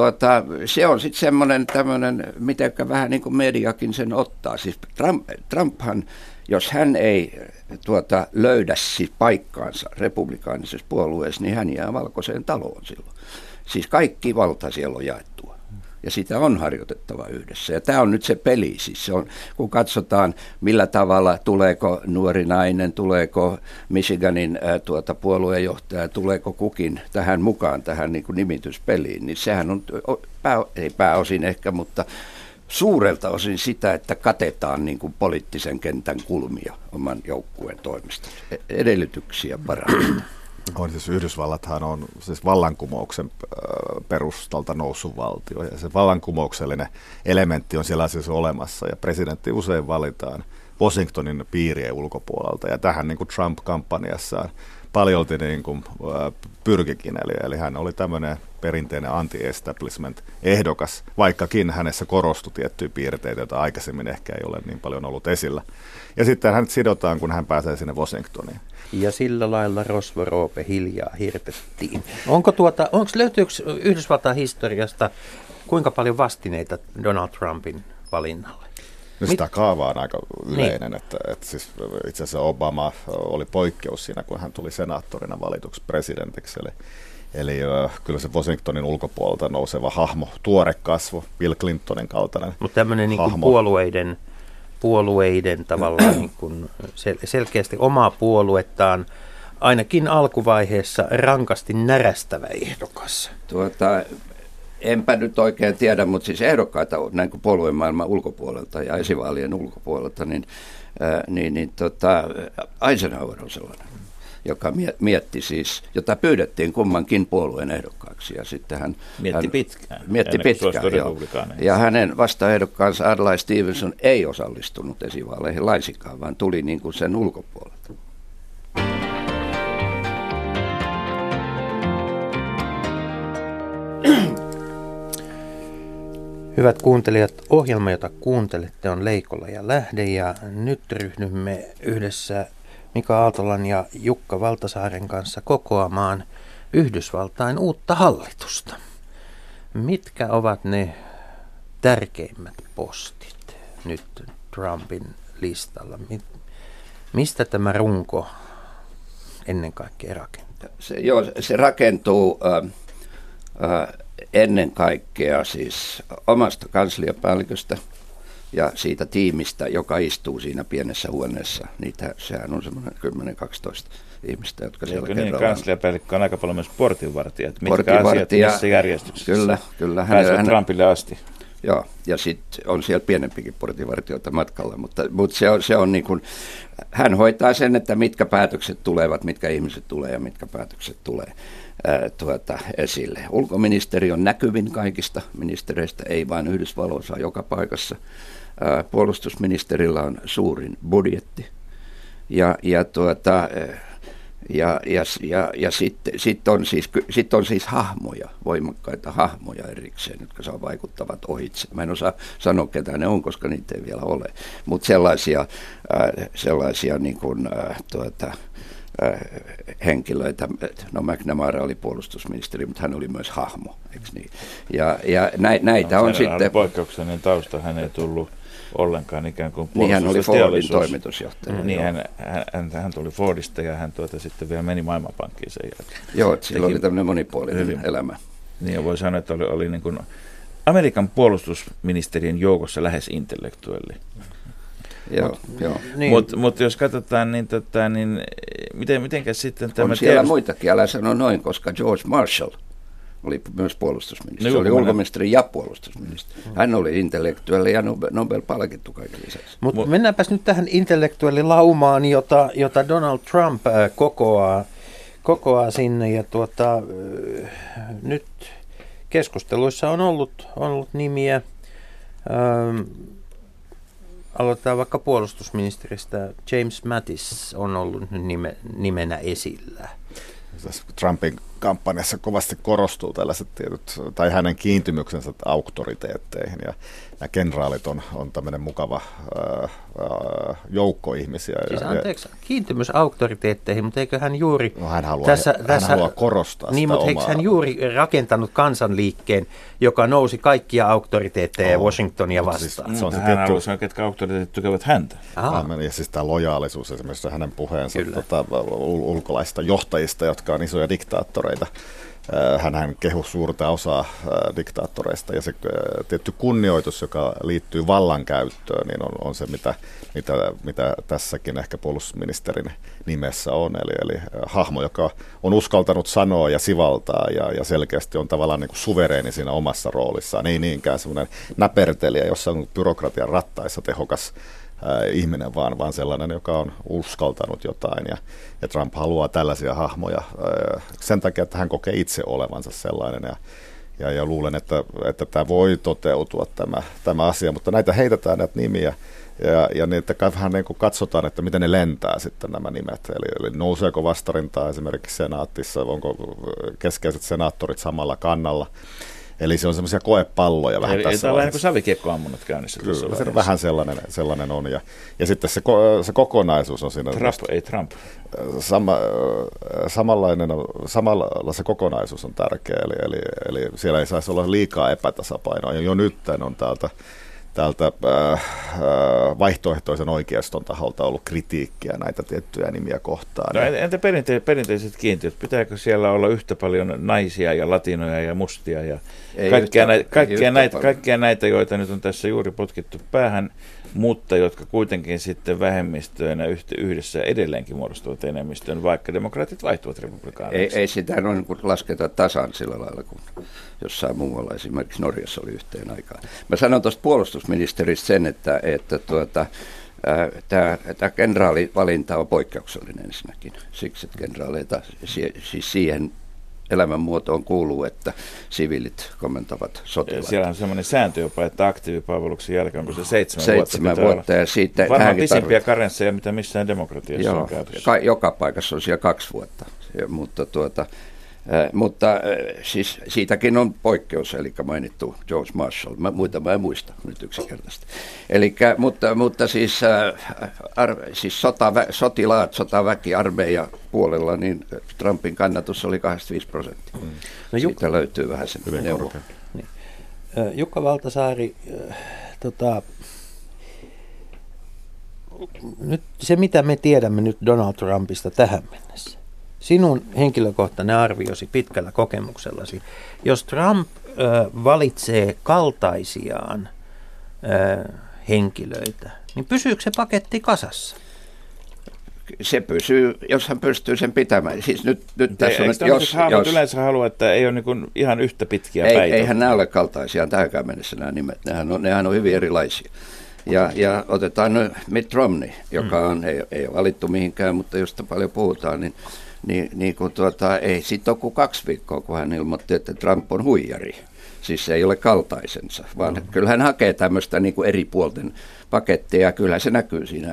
Se on sitten semmoinen tämmöinen, mitenkä vähän niin kuin mediakin sen ottaa. Siis Trumphan, jos hän ei löydä paikkaansa republikaanisessa puolueessa, niin hän jää valkoiseen taloon silloin. Siis kaikki valta siellä on jaettua. Ja sitä on harjoitettava yhdessä. Ja tämä on nyt se peli. Siis se on, kun katsotaan, millä tavalla tuleeko nuori nainen, tuleeko Michiganin puoluejohtaja, tuleeko kukin tähän mukaan, tähän niin kuin nimityspeliin, niin sehän on, ei pääosin ehkä, mutta suurelta osin sitä, että katetaan niin kuin poliittisen kentän kulmia oman joukkueen toimesta. Edellytyksiä parannetaan. On siis Yhdysvallathan on siis vallankumouksen perustalta noussut valtio, ja se vallankumouksellinen elementti on siellä siis olemassa, ja presidentti usein valitaan Washingtonin piirien ulkopuolelta, ja tähän niin kuin Trump-kampanjassaan paljolti niin kuin pyrkikin, eli hän oli tämmöinen perinteinen anti-establishment-ehdokas, vaikkakin hänessä korostui tiettyjä piirteitä, joita aikaisemmin ehkä ei ole niin paljon ollut esillä. Ja sitten hänet sidotaan, kun hän pääsee sinne Washingtoniin. Ja sillä lailla Rosvo Roope hiljaa hirtettiin. Löytyykö Yhdysvaltain historiasta kuinka paljon vastineita Donald Trumpin valinnalle? No sitä kaava on aika yleinen, niin. että siis itse asiassa Obama oli poikkeus siinä, kun hän tuli senaattorina valituksi presidentiksi. Eli kyllä se Washingtonin ulkopuolelta nouseva hahmo, tuore kasvo, Bill Clintonin kaltainen. Mutta tämmöinen niin puolueiden puolueiden tavallaan niin kuin selkeästi omaa puoluettaan ainakin alkuvaiheessa rankasti närästävä ehdokas. Enpä nyt oikein tiedä, mutta siis ehdokkaita näin kuin puoluemaailman ulkopuolelta ja esivaalien ulkopuolelta, Eisenhower on sellainen, joka mietti siis, jota pyydettiin kummankin puolueen ehdokkaaksi. Ja sitten hän mietti pitkään, joo. Ja hänen vastaehdokkaansa Adlai Stevenson ei osallistunut esivaaleihin laisinkaan, vaan tuli niin kuin sen ulkopuolelta. Hyvät kuuntelijat, ohjelma, jota kuuntelette, on Leikola ja Lähde, ja nyt ryhdymme yhdessä Mika Aaltolan ja Jukka Valtasaaren kanssa kokoamaan Yhdysvaltain uutta hallitusta. Mitkä ovat ne tärkeimmät postit nyt Trumpin listalla? Mistä tämä runko ennen kaikkea rakentuu? Se rakentuu ennen kaikkea siis omasta kansliapäälliköstä ja siitä tiimistä, joka istuu siinä pienessä huoneessa. Sehän on semmoinen 10-12 ihmistä, jotka siellä kerrallaan. Kansliapäällikkö on aika paljon myös portinvartija, mitkä asiat missä järjestyksessä kyllä, pääsevät Trumpille asti. Joo, ja sitten on siellä pienempikin portinvartijoita matkalla, mutta se on niin kuin, hän hoitaa sen, että mitkä päätökset tulevat, mitkä ihmiset tulee ja mitkä päätökset tulee esille. Ulkoministeri on näkyvin kaikista ministereistä, ei vain Yhdysvalloissa, joka paikassa. Puolustusministerillä on suurin budjetti ja sitten on siis hahmoja, voimakkaita hahmoja erikseen, jotka saa vaikuttavat ohitse. Mä en osaa sanoa, ketä ne on, koska niitä ei vielä ole, mutta sellaisia niin kuin, henkilöitä. No McNamara oli puolustusministeri, mutta hän oli myös hahmo, eikö niin? Ja näitä on sitten... Poikkeuksellinen tausta, hän ei tullut ollenkaan ikään kuin niin hän oli Fordin toimitusjohtaja. Niin, hän tuli Fordista ja hän sitten vielä meni Maailmanpankkiin sen jälkeen. Joo, sillä oli tämmöinen monipuolinen elämä. Niin, ja voi sanoa, että oli niin kuin Amerikan puolustusministerien joukossa lähes intellektuelli. Mutta jos katsotaan, niin mitenkäs sitten tämä... On siellä muitakin, älä sano noin, koska George Marshall oli myös puolustusministeri. Se oli ulkoministeri ja puolustusministeri. Hän oli intellektuelli ja Nobel-palkittu kaiken lisäksi. Mutta mennäänpäs nyt tähän intellektuellilaumaan, jota Donald Trump kokoaa sinne. Ja nyt keskusteluissa on ollut nimiä. Aloitetaan vaikka puolustusministeristä. James Mattis on ollut nyt nimenä esillä. Trumpin kampanjassa kovasti korostuu tällaiset tietyt, tai hänen kiintymyksensä auktoriteetteihin, ja nämä kenraalit on tämmöinen mukava joukko ihmisiä. Siis anteeksi, kiintymys auktoriteetteihin, mutta eikö hän juuri... No hän haluaa korostaa niin, sitä mutta eikö hän juuri rakentanut kansanliikkeen, joka nousi kaikkia auktoriteetteja Washingtonia vastaan? Siis, hän haluaa sanoa, ketkä auktoriteetit tukevat häntä. Ja siis tämä lojaalisuus, esimerkiksi hänen puheensa ulkolaisista johtajista, jotka on isoja diktaattoreita. Hän kehui suurta osaa diktaattoreista, ja se tietty kunnioitus, joka liittyy vallankäyttöön, niin on se, mitä tässäkin ehkä puolustusministerin nimessä on. Eli hahmo, joka on uskaltanut sanoa ja sivaltaa ja selkeästi on tavallaan niin kuin suvereeni siinä omassa roolissaan. Ei niinkään semmoinen näpertelijä, jossa on byrokratian rattaissa tehokas ihminen, vaan sellainen, joka on uskaltanut jotain. Ja Trump haluaa tällaisia hahmoja sen takia, että hän kokee itse olevansa sellainen. Ja luulen, että tämä voi toteutua tämä asia, mutta näitä heitetään näitä nimiä. Ja niitä vähän niin kuin katsotaan, että miten ne lentää sitten nämä nimet. Eli nouseeko vastarintaa esimerkiksi senaatissa, onko keskeiset senaattorit samalla kannalla. Eli se on semmoisia koepalloja vähän tässä vaiheessa. Tämä on vähän kuin savikiekkoammunnat käynnissä. Kyllä, se vähän sellainen on. Ja sitten se kokonaisuus on siinä. Trump. Samalla se kokonaisuus on tärkeä. Eli siellä ei saisi olla liikaa epätasapainoa. Ja jo nyt on täältä vaihtoehtoisen oikeiston taholta ollut kritiikkiä näitä tiettyjä nimiä kohtaan. No, entä perinteiset kiintiöt? Pitääkö siellä olla yhtä paljon naisia ja latinoja ja mustia ja kaikkia näitä, joita nyt on tässä juuri potkittu päähän? mutta jotka kuitenkin sitten vähemmistöinä yhdessä edelleenkin muodostuvat enemmistön, vaikka demokraatit vaihtuvat republikaaniksi. Ei sitä noin kuin lasketa tasan sillä lailla kuin jossain muualla, esimerkiksi Norjassa oli yhteen aikaan. Mä sanon tuosta puolustusministeristä sen, että tämä kenraalivalinta on poikkeuksellinen ensinnäkin. Siksi, että kenraaleita siis siihen elämänmuotoon kuuluu, että siviilit komentavat sotilaita. Siellä on sellainen sääntö jopa, että aktiivipalveluksen jälkeen, kun se 7 vuotta ja siitä varmaan pisimpiä karensseja, mitä missään demokratiassa on käytössä. Joka paikassa on siellä 2 vuotta, mutta siis siitäkin on poikkeus, eli mainittu George Marshall. Muita mä en muista nyt yksinkertaisesti. Mutta siis sotaväki armeija puolella, niin Trumpin kannatus oli 85%. No, siitä löytyy vähän sen neuvo. Niin. Jukka Valtasaari, nyt se mitä me tiedämme nyt Donald Trumpista tähän mennessä, sinun henkilökohtainen arviosi pitkällä kokemuksellasi, jos Trump valitsee kaltaisiaan henkilöitä, niin pysyykö se paketti kasassa? Se pysyy, jos hän pystyy sen pitämään. Siis nyt tässä on, jos yleensä haluaa, että ei ole niin kuin ihan yhtä pitkiä päitä. Eihän nämä ole kaltaisiaan tähänkään mennessä nämä nimet. Nehän on hyvin erilaisia. Ja otetaan nyt Mitt Romney, joka ei ole valittu mihinkään, mutta josta paljon puhutaan, niin kun ei siitä ole kuin 2 viikkoa, kun hän ilmoitti, että Trump on huijari. Siis se ei ole kaltaisensa, vaan kyllä hän hakee tämmöistä niin kuin eri puolten pakettia, ja kyllä se näkyy siinä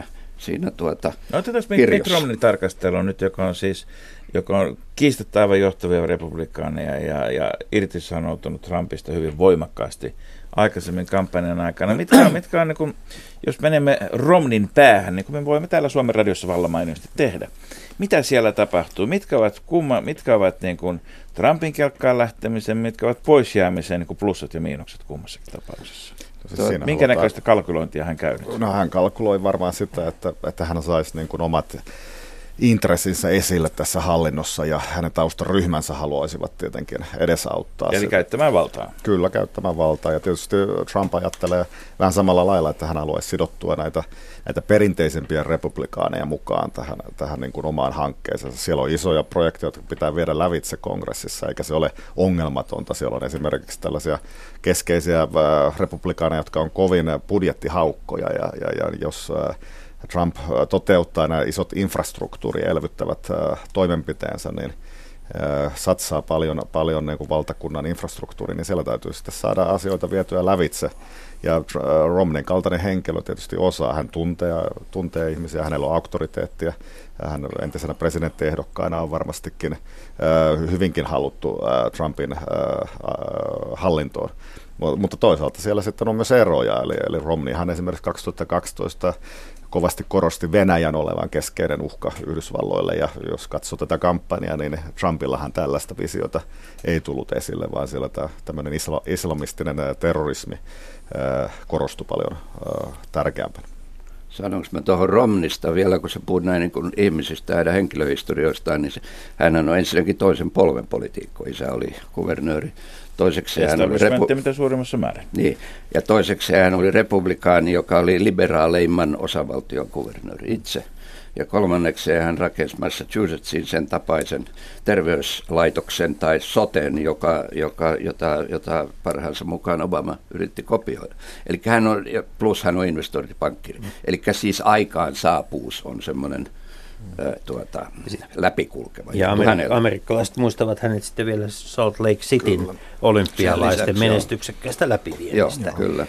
otetaan Mitt Romney tarkastelun nyt, joka on kiistatta aivan johtavia republikaaneja ja irtisanoutunut Trumpista hyvin voimakkaasti aikaisemmin kampanjan aikana. Mitkä on, niin kuin, jos menemme Romneyn päähän, niin kuin me voimme täällä Suomen radiossa vallan mainiosti tehdä. Mitä siellä tapahtuu? Mitkä ovat niin kuin Trumpin kelkkaan lähtemisen, mitkä ovat poisjäämisen niin kuin plussat ja miinukset kummassakin tapauksessa? Minkä näköistä kalkylointia hän käy nyt? No hän kalkyloi varmaan sitä, että hän saisi niin kuin omat intressinsä esille tässä hallinnossa ja hänen taustaryhmänsä haluaisivat tietenkin edesauttaa. Eli käyttämään valtaa. Kyllä, käyttämään valtaa. Ja tietysti Trump ajattelee vähän samalla lailla, että hän haluaisi sidottua näitä perinteisempiä republikaaneja mukaan tähän niin kuin omaan hankkeeseensa. Siellä on isoja projekteja, jotka pitää viedä lävitse kongressissa, eikä se ole ongelmatonta. Siellä on esimerkiksi tällaisia keskeisiä republikaaneja, jotka on kovin budjettihaukkoja, ja jos Trump toteuttaa nämä isot infrastruktuurielvyttävät toimenpiteensä, niin satsaa paljon niin kuin valtakunnan infrastruktuuriin, niin siellä täytyy sitten saada asioita vietyä lävitse. Ja Romneyn kaltainen henkilö tietysti osaa, hän tuntee ihmisiä, hänellä on auktoriteettia, hän entisenä presidenttiehdokkaana on varmastikin hyvinkin haluttu Trumpin hallintoon. Mutta toisaalta siellä sitten on myös eroja, eli Romneyhan esimerkiksi 2012 kovasti korosti Venäjän olevan keskeinen uhka Yhdysvalloille, ja jos katsoo tätä kampanjaa, niin Trumpillahan tällaista visiota ei tullut esille, vaan siellä tämmöinen islamistinen terrorismi korostui paljon tärkeämpänä. Sanonko mä tuohon Romneysta vielä, kun sä puhut näin niin kuin ihmisistä ja henkilöhistorioistaan, niin hän on ensinnäkin toisen polven poliitikko. Isä oli kuvernööri. Toiseksi hän oli mitä suurimmassa määrin. Niin, ja toiseksi hän oli republikaani, joka oli liberaaleimman osavaltion kuvernööri itse. Ja kolmanneksi hän rakensi Massachusettsin sen tapaisen terveyslaitoksen tai soten, jota parhaansa mukaan Obama yritti kopioida. Eli hän on investointipankkiri. Eli siis aikaansaapuus on semmoinen läpikulkeva. Ja amerikkalaiset muistavat hänet sitten vielä Salt Lake Cityn olympialaisten menestyksekkäästä läpiviennistä. Joo, kyllä.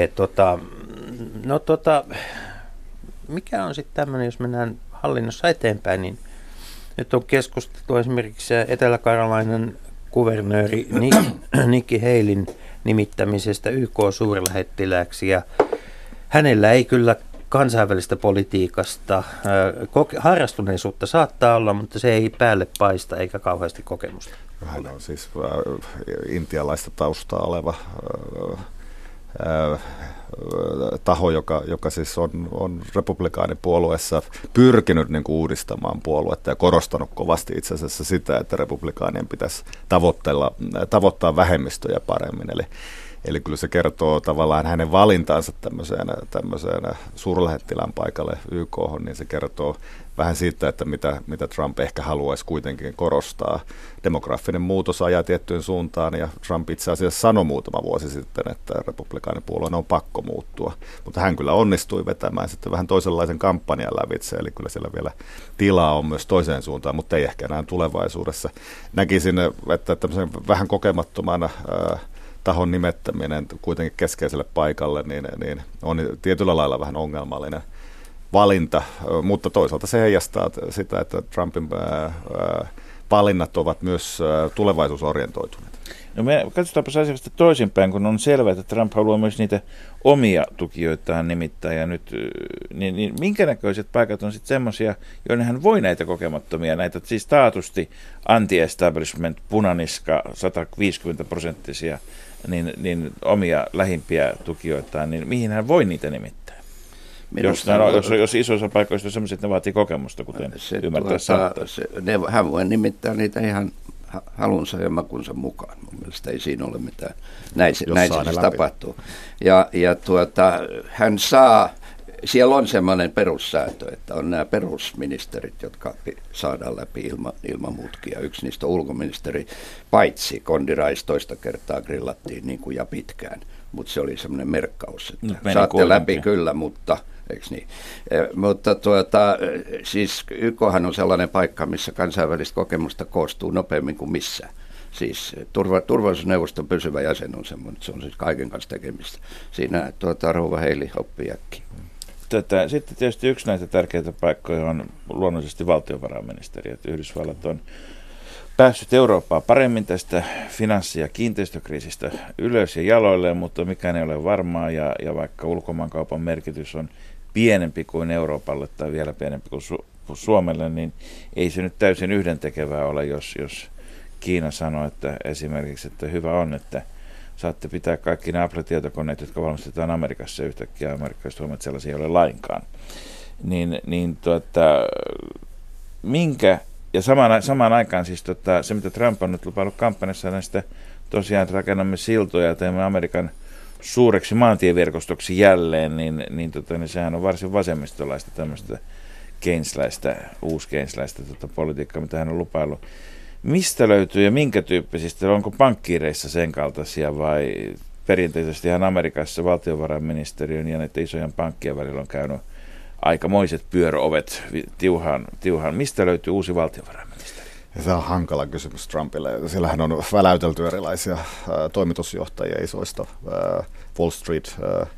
Mikä on sitten tämmöinen, jos mennään hallinnossa eteenpäin, niin nyt on keskusteltu esimerkiksi Etelä-Karolainan kuvernööri Nikki Halin nimittämisestä YK-suurlähettilääksi, ja hänellä ei kyllä kansainvälistä politiikasta harrastuneisuutta saattaa olla, mutta se ei päälle paista eikä kauheasti kokemusta. Hän on siis intialaista taustaa oleva taho, joka siis on republikaanipuolueessa pyrkinyt niin kuin uudistamaan puoluetta ja korostanut kovasti itse asiassa sitä, että republikaanien pitäisi tavoittaa vähemmistöjä paremmin. Eli kyllä se kertoo tavallaan hänen valintaansa tämmöiseen suurlähettilään paikalle YK:hon, niin se kertoo vähän siitä, että mitä Trump ehkä haluaisi kuitenkin korostaa. Demografinen muutos ajaa tiettyyn suuntaan, ja Trump itse asiassa sanoi muutama vuosi sitten, että republikaanipuolueen on pakko muuttua. Mutta hän kyllä onnistui vetämään sitten vähän toisenlaisen kampanjan lävitse, eli kyllä siellä vielä tilaa on myös toiseen suuntaan, mutta ei ehkä enää tulevaisuudessa. Näkisin, että tämmöisen vähän kokemattomana tahon nimettäminen kuitenkin keskeiselle paikalle, niin on tietyllä lailla vähän ongelmallinen valinta, mutta toisaalta se heijastaa sitä, että Trumpin valinnat ovat myös tulevaisuusorientoituneet. No me katsotaanpa asiasta toisinpäin, kun on selvää, että Trump haluaa myös niitä omia tukijoitaan nimittäin, ja nyt, niin minkä näköiset paikat on sitten semmoisia, joiden hän voi näitä kokemattomia, näitä siis taatusti anti-establishment, punaniska, 150%, niin omia lähimpiä tukijoitaan, niin mihin hän voi niitä nimittää? Jos isoissa paikoissa on sellaisia, että ne vaatii kokemusta, kuten ymmärtää saattaa. Hän voi nimittää niitä ihan halunsa ja makunsa mukaan. Mun mielestä ei siinä ole mitään. Näin se tapahtuu. Ja hän saa, siellä on semmoinen perussääntö, että on nämä perusministerit, jotka saadaan läpi ilman mutkia. Yksi niistä on ulkoministeri, paitsi Condi Rice toista kertaa grillattiin niin kuin ja pitkään. Mutta se oli semmoinen merkkaus, että saatte läpi kyllä, mutta eikö niin? Mutta siis YKhan on sellainen paikka, missä kansainvälistä kokemusta koostuu nopeammin kuin missään. Siis turvallisuusneuvoston pysyvä jäsen on semmoinen, se on siis kaiken kanssa tekemistä. Siinä rouva Heili oppii äkkiä. Sitten tietysti yksi näitä tärkeitä paikkoja on luonnollisesti valtiovarainministeri, että Yhdysvallat on päässyt Eurooppaa paremmin tästä finanssi- ja kiinteistökriisistä ylös ja jaloilleen, mutta mikään ei ole varmaa, ja vaikka ulkomaankaupan merkitys on pienempi kuin Euroopalle tai vielä pienempi kuin Suomelle, niin ei se nyt täysin yhdentekevää ole, jos Kiina sanoo, että esimerkiksi, että hyvä on, että saatte pitää kaikki ne Apple-tietokoneet, jotka valmistetaan Amerikassa, yhtäkkiä amerikkalaiset huomioon, että sellaisia ei ole lainkaan. Ja samaan aikaan siis se, mitä Trump on nyt lupaillut kampanjassa näistä tosiaan rakennamme siltoja ja teemme Amerikan suureksi maantieverkostoksi jälleen, niin sehän on varsin vasemmistolaista tämmöistä uuskeynesiläistä politiikkaa, mitä hän on lupaillut. Mistä löytyy ja minkä tyyppisistä, onko pankkiireissa sen kaltaisia vai perinteisesti ihan Amerikassa valtiovarainministeriön ja näiden isojen pankkien välillä on käynyt aikamoiset pyöröovet tiuhaan. Mistä löytyy uusi valtiovarainministeri? Se on hankala kysymys Trumpille. Siellähän on väläytelty erilaisia toimitusjohtajia isoista Wall Street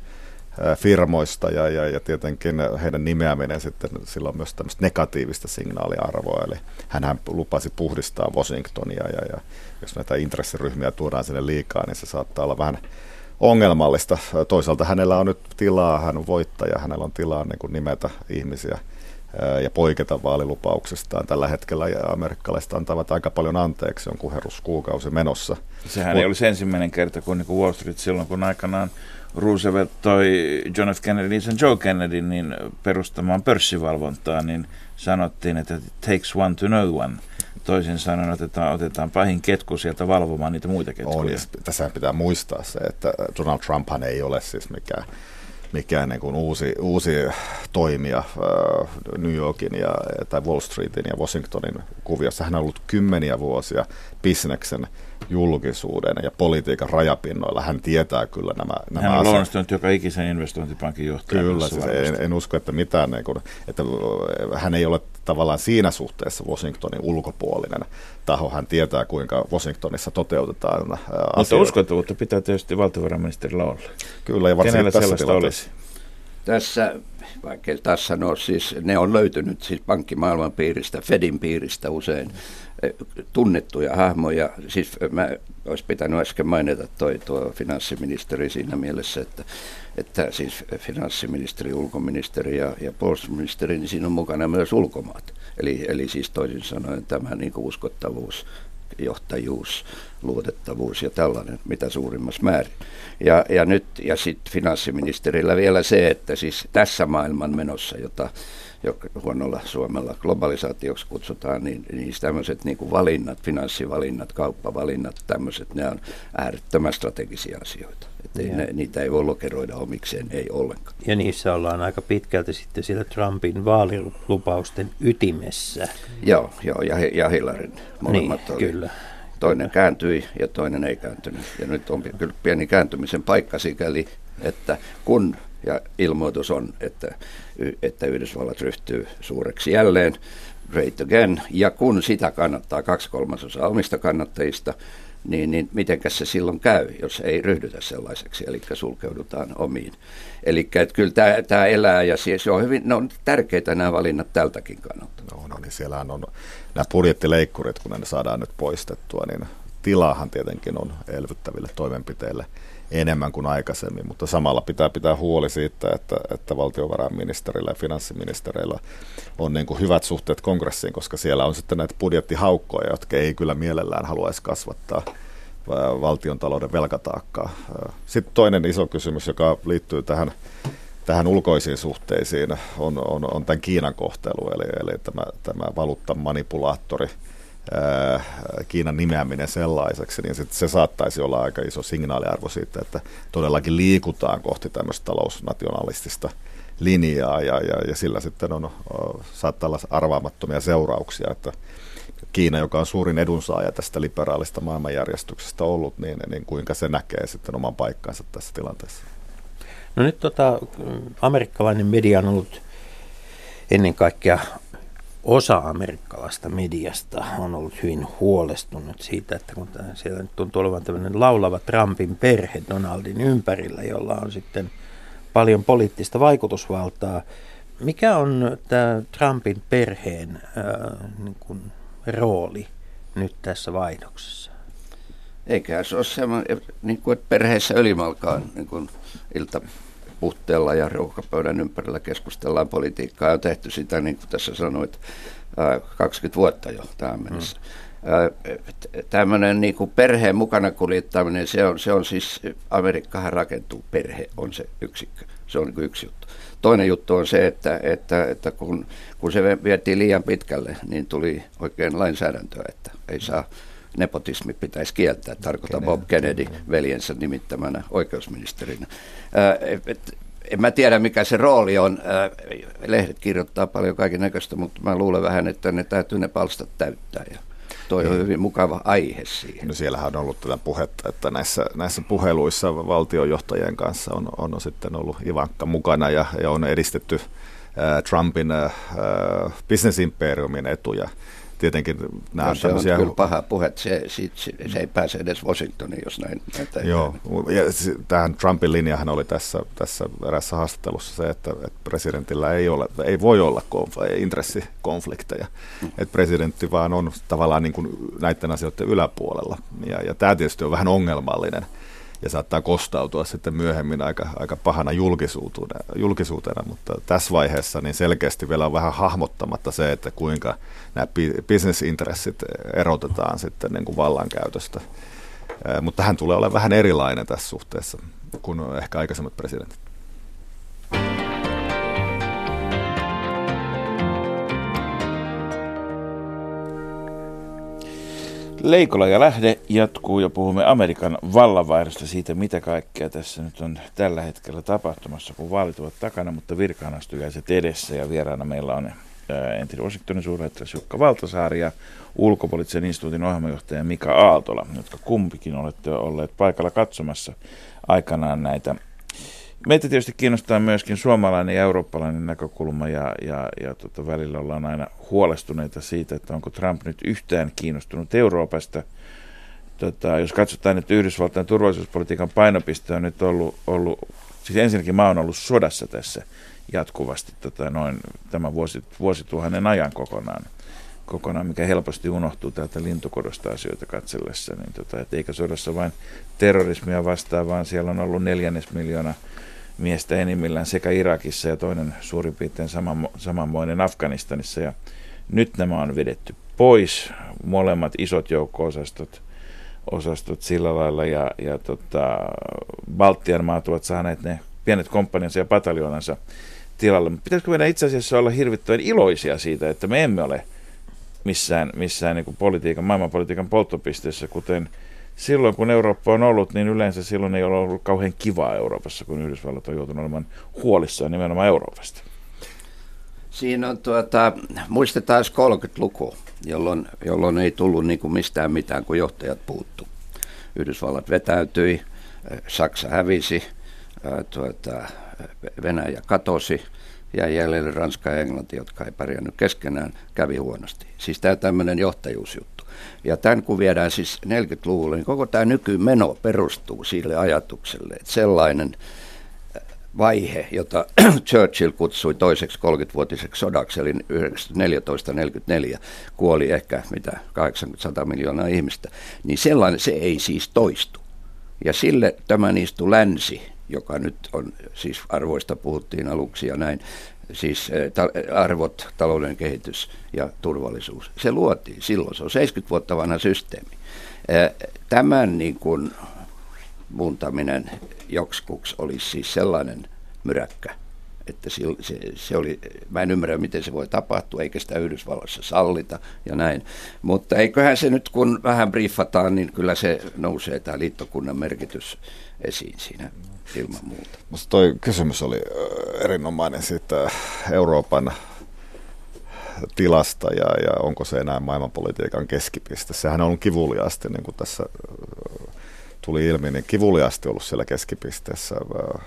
firmoista ja tietenkin heidän nimeäminen sitten, sillä on myös tämmöistä negatiivista signaaliarvoa, eli hänhän lupasi puhdistaa Washingtonia ja jos näitä intressiryhmiä tuodaan sinne liikaa, niin se saattaa olla vähän ongelmallista. Toisaalta hänellä on nyt tilaa, hän on voittaja, hänellä on tilaa niin kuin nimetä ihmisiä ja poiketa vaalilupauksestaan tällä hetkellä, ja amerikkalaiset antavat aika paljon anteeksi, on kuheruskuukausi menossa. Sehän ei olisi ensimmäinen kerta, kun Wall Street silloin, kun aikanaan Roosevelt toi John F. Kennedy sen Joe Kennedyn niin perustamaan pörssivalvontaa, niin sanottiin, että it takes one to know one. Toisin sanoen otetaan pahin ketku sieltä valvomaan niitä muita ketkuja. Tässä pitää muistaa se, että Donald Trumphan ei ole siis mikään niin kuin uusi toimija New Yorkin tai Wall Streetin ja Washingtonin kuviossa. Hän on ollut kymmeniä vuosia bisneksen, julkisuuden ja politiikan rajapinnoilla. Hän tietää kyllä nämä asiat. Hän on luonnostunut joka ikisen investointipankin johtajan. Kyllä, siis en usko, että mitään, että hän ei ole tavallaan siinä suhteessa Washingtonin ulkopuolinen taho. Hän tietää, kuinka Washingtonissa toteutetaan asioita. Mutta uskottavuutta pitää tietysti valtiovarainministerillä olla. Kyllä, ja varsinkin tässä tilanteessa. Tässä, vaikka taas sanoa, siis ne on löytynyt siis pankkimaailman piiristä, Fedin piiristä usein tunnettuja hahmoja. Siis mä olisi pitänyt äsken mainita tuo finanssiministeri siinä mielessä, että siis finanssiministeri, ulkoministeri ja puolustusministeri, niin siinä on mukana myös ulkomaat. Eli siis toisin sanoen tämä niin kuin uskottavuus, johtajuus, luotettavuus ja tällainen, mitä suurimmassa määrin. Ja sitten finanssiministerillä vielä se, että siis tässä maailman menossa, huonolla suomella globalisaatioksi kutsutaan, niin tämmöiset niin kuin valinnat, finanssivalinnat, kauppavalinnat, tämmöiset, ne on äärettömän strategisia asioita. Niitä ei voi lokeroida omikseen, ei ollenkaan. Ja niissä ollaan aika pitkälti sitten siellä Trumpin vaalilupausten ytimessä. Joo, ja Hillaryn molemmat niin, oli. Kyllä. Toinen kääntyi ja toinen ei kääntynyt. Ja nyt on kyllä pieni kääntymisen paikka sikäli, että kun ja ilmoitus on, että Yhdysvallat ryhtyy suureksi jälleen, great again, ja kun sitä kannattaa 2/3 omista kannattajista, niin mitenkäs se silloin käy, jos ei ryhdytä sellaiseksi, eli sulkeudutaan omiin. Eli kyllä tämä elää, ja se on hyvin, ne on tärkeitä nämä valinnat tältäkin kannalta. No niin, siellähän on nämä budjettileikkurit, kun ne saadaan nyt poistettua, niin tilaahan tietenkin on elvyttäville toimenpiteille enemmän kuin aikaisemmin, mutta samalla pitää huoli siitä, että valtiovarainministerillä ja finanssiministereillä on niin kuin hyvät suhteet kongressiin, koska siellä on sitten näitä budjettihaukkoja, jotka ei kyllä mielellään haluaisi kasvattaa valtion talouden velkataakkaa. Sitten toinen iso kysymys, joka liittyy tähän ulkoisiin suhteisiin, on tämän Kiinan kohtelu, eli tämä valuuttamanipulaattori, Kiinan nimeäminen sellaiseksi, niin se saattaisi olla aika iso signaaliarvo siitä, että todellakin liikutaan kohti tämmöistä talousnationalistista linjaa, ja sillä sitten saattaa olla arvaamattomia seurauksia, että Kiina, joka on suurin edunsaaja tästä liberaalista maailmanjärjestyksestä ollut, niin kuinka se näkee sitten oman paikkansa tässä tilanteessa? No nyt amerikkalainen media on ollut ennen kaikkea osa amerikkalaista mediasta on ollut hyvin huolestunut siitä, että kun siellä nyt tuntuu olevan tämmöinen laulava Trumpin perhe Donaldin ympärillä, jolla on sitten paljon poliittista vaikutusvaltaa. Mikä on tämä Trumpin perheen niin kuin rooli nyt tässä vaihdoksessa? Eikä se ole semmoinen, niin kuin, että perheessä ylimalkaan niin kuin iltapuhteella ja ruokapöydän ympärillä keskustellaan politiikkaa. On tehty sitä, niin kuin tässä sanoit, 20 vuotta jo tähän mennessä. Tämmöinen niin kuin perheen mukana kuljettaminen, se on siis, Amerikkahan rakentuu, perhe on se yksikkö. Se on niin kuin yksi juttu. Toinen juttu on se, että kun se vietiin liian pitkälle, niin tuli oikein lainsäädäntöä, että ei saa, nepotismi pitäisi kieltää. Tarkoitan Bob Kennedy veljensä nimittämänä oikeusministerinä. En mä tiedä, mikä se rooli on. Lehdet kirjoittaa paljon kaiken näköistä, mutta mä luulen vähän, että ne täytyy ne palstat täyttää. Ja toi on hyvin mukava aihe siihen. No siellähän on ollut tätä puhetta, että näissä puheluissa valtionjohtajien kanssa on sitten ollut Ivanka mukana ja on edistetty Trumpin business-imperiumin etuja. Tietenkin nämä on tämmöisiä... kyllä paha puhe, se ei pääse edes Washingtoniin, jos näin. Joo, ja tähän Trumpin linjahan oli tässä erässä haastattelussa se, että presidentillä ei voi olla intressikonflikteja. Että presidentti vaan on tavallaan niin kuin näiden asioiden yläpuolella. Ja tämä tietysti on vähän ongelmallinen ja saattaa kostautua sitten myöhemmin aika pahana julkisuutena, mutta tässä vaiheessa niin selkeästi vielä on vähän hahmottamatta se, että kuinka nämä business-intressit erotetaan sitten niin kuin vallankäytöstä. Mutta hän tulee olemaan vähän erilainen tässä suhteessa kuin ehkä aikaisemmat presidentit. Leikola ja Lähde jatkuu ja puhumme Amerikan vallanvaihdosta, siitä mitä kaikkea tässä nyt on tällä hetkellä tapahtumassa, kun vaalit ovat takana, mutta virkaanastujaiset edessä, ja vieraana meillä on entinen Washingtonin suurlähettiläs Jukka Valtasaari ja ulkopoliittisen instituutin ohjelmajohtaja Mika Aaltola, jotka kumpikin olette olleet paikalla katsomassa aikanaan näitä. Meitä tietysti kiinnostaa myöskin suomalainen ja eurooppalainen näkökulma ja välillä ollaan aina huolestuneita siitä, että onko Trump nyt yhtään kiinnostunut Euroopasta. Jos katsotaan, että Yhdysvaltain turvallisuuspolitiikan painopiste on nyt ollut siis ensinnäkin maa on ollut sodassa tässä jatkuvasti noin tämän vuosituhannen ajan kokonaan, mikä helposti unohtuu täältä lintukodosta asioita katsellessa, niin että eikä sodassa vain terrorismia vastaan, vaan siellä on ollut 400 000 miestä enimmillään sekä Irakissa ja toinen suurin piirtein samanmoinen Afganistanissa. Ja nyt nämä on vedetty pois, molemmat isot joukko-osastot sillä lailla, ja Baltian maat ovat saaneet ne pienet komppaniansa ja pataljoonansa tilalle. Pitäisikö meidän itse asiassa olla hirvittävän iloisia siitä, että me emme ole missään niin kuin maailmanpolitiikan polttopisteessä, kuten silloin kun Eurooppa on ollut, niin yleensä silloin ei ole ollut kauhean kivaa Euroopassa, kun Yhdysvallat on joutunut olemaan huolissaan nimenomaan Euroopasta. Siinä on muistetaan 30-luku, jolloin ei tullut niin kuin mistään mitään, kun johtajat puuttu. Yhdysvallat vetäytyi, Saksa hävisi, Venäjä katosi, jäi jäljelle Ranska ja Englanti, jotka ei pärjännyt keskenään, kävi huonosti. Siis tämä tämmöinen johtajuusjuttu. Ja tämän kun viedään siis 40-luvulle, niin koko tämä nykymeno perustuu sille ajatukselle, että sellainen vaihe, jota Churchill kutsui toiseksi 30-vuotiseksi sodaksi, eli 1914-1944, kuoli ehkä 80-100 miljoonaa ihmistä, niin sellainen se ei siis toistu. Ja sille tämän istui länsi, joka nyt on, siis arvoista puhuttiin aluksi ja näin, siis arvot, talouden kehitys ja turvallisuus. Se luotiin silloin, se on 70 vuotta vanha systeemi. Tämän niin kuin muuntaminen joksikuksi olisi siis sellainen myräkkä, että se oli, mä en ymmärrä, miten se voi tapahtua, eikä sitä Yhdysvalloissa sallita ja näin. Mutta eiköhän se nyt, kun vähän briefataan, niin kyllä se nousee, tämä liittokunnan merkitys esiin siinä ilman muuta. Musta toi kysymys oli erinomainen siitä Euroopan tilasta ja onko se enää maailmanpolitiikan keskipiste. Sehän on ollut kivuliaasti, niin kuin tässä tuli ilmi, niin kivuliaasti ollut siellä keskipisteessä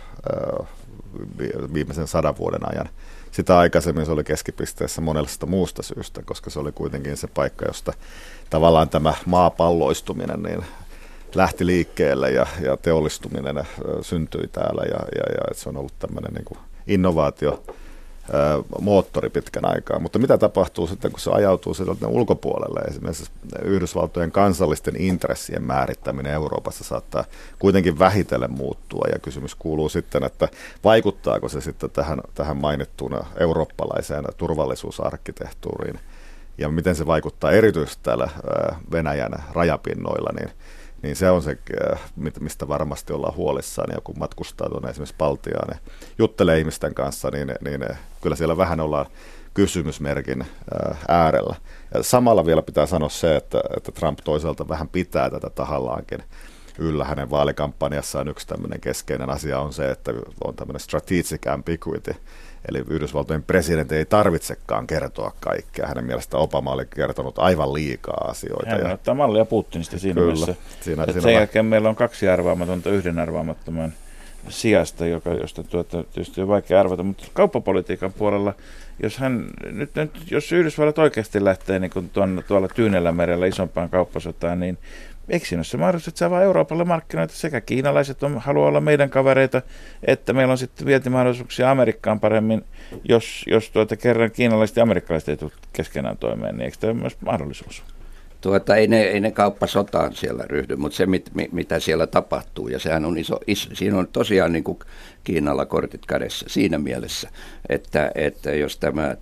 viimeisen 100 vuoden ajan. Sitä aikaisemmin se oli keskipisteessä monesta muusta syystä, koska se oli kuitenkin se paikka, josta tavallaan tämä maapalloistuminen niin lähti liikkeelle ja teollistuminen syntyi täällä ja se on ollut tämmöinen niin kuin innovaatio moottori pitkän aikaa. Mutta mitä tapahtuu sitten, kun se ajautuu sieltä ulkopuolelle? Esimerkiksi Yhdysvaltojen kansallisten intressien määrittäminen Euroopassa saattaa kuitenkin vähitellen muuttua. Ja kysymys kuuluu sitten, että vaikuttaako se sitten tähän mainittuun eurooppalaiseen turvallisuusarkkitehtuuriin ja miten se vaikuttaa erityisesti täällä Venäjän rajapinnoilla, niin se on se, mistä varmasti ollaan huolissaan. Ja kun matkustaa tuonne esimerkiksi Baltiaan ja juttelee ihmisten kanssa, niin kyllä siellä vähän ollaan kysymysmerkin äärellä. Ja samalla vielä pitää sanoa se, että Trump toisaalta vähän pitää tätä tahallaankin yllä. Hänen vaalikampanjassaan yksi tämmöinen keskeinen asia on se, että on tämmöinen strategic ambiguity. Eli Yhdysvaltojen presidentti ei tarvitsekaan kertoa kaikkea. Hänen mielestä Obama oli kertonut aivan liikaa asioita. Hän ottaa mallia Putinista siinä mielessä. Sen jälkeen meillä on 2 arvaamatonta 1 arvaamattoman sijasta, josta tietysti on vaikea arvata. Mutta kauppapolitiikan puolella, jos Yhdysvallat oikeasti lähtee niin kuin tuolla Tyynellä merellä isompaan kauppasotaan, niin eikö siinä ole se mahdollisuus, että se avaa Euroopalle markkinoita? Sekä kiinalaiset haluaa olla meidän kavereita, että meillä on sitten vientimahdollisuuksia Amerikkaan paremmin, jos kerran kiinalaiset ja amerikkalaiset ei tule keskenään toimeen, niin eikö tämä ole myös mahdollisuus? Ei ne kauppasotaan siellä ryhdy, mutta se mitä siellä tapahtuu, ja sehän on siinä on tosiaan niin kuin Kiinalla kortit kädessä siinä mielessä, että jos tämä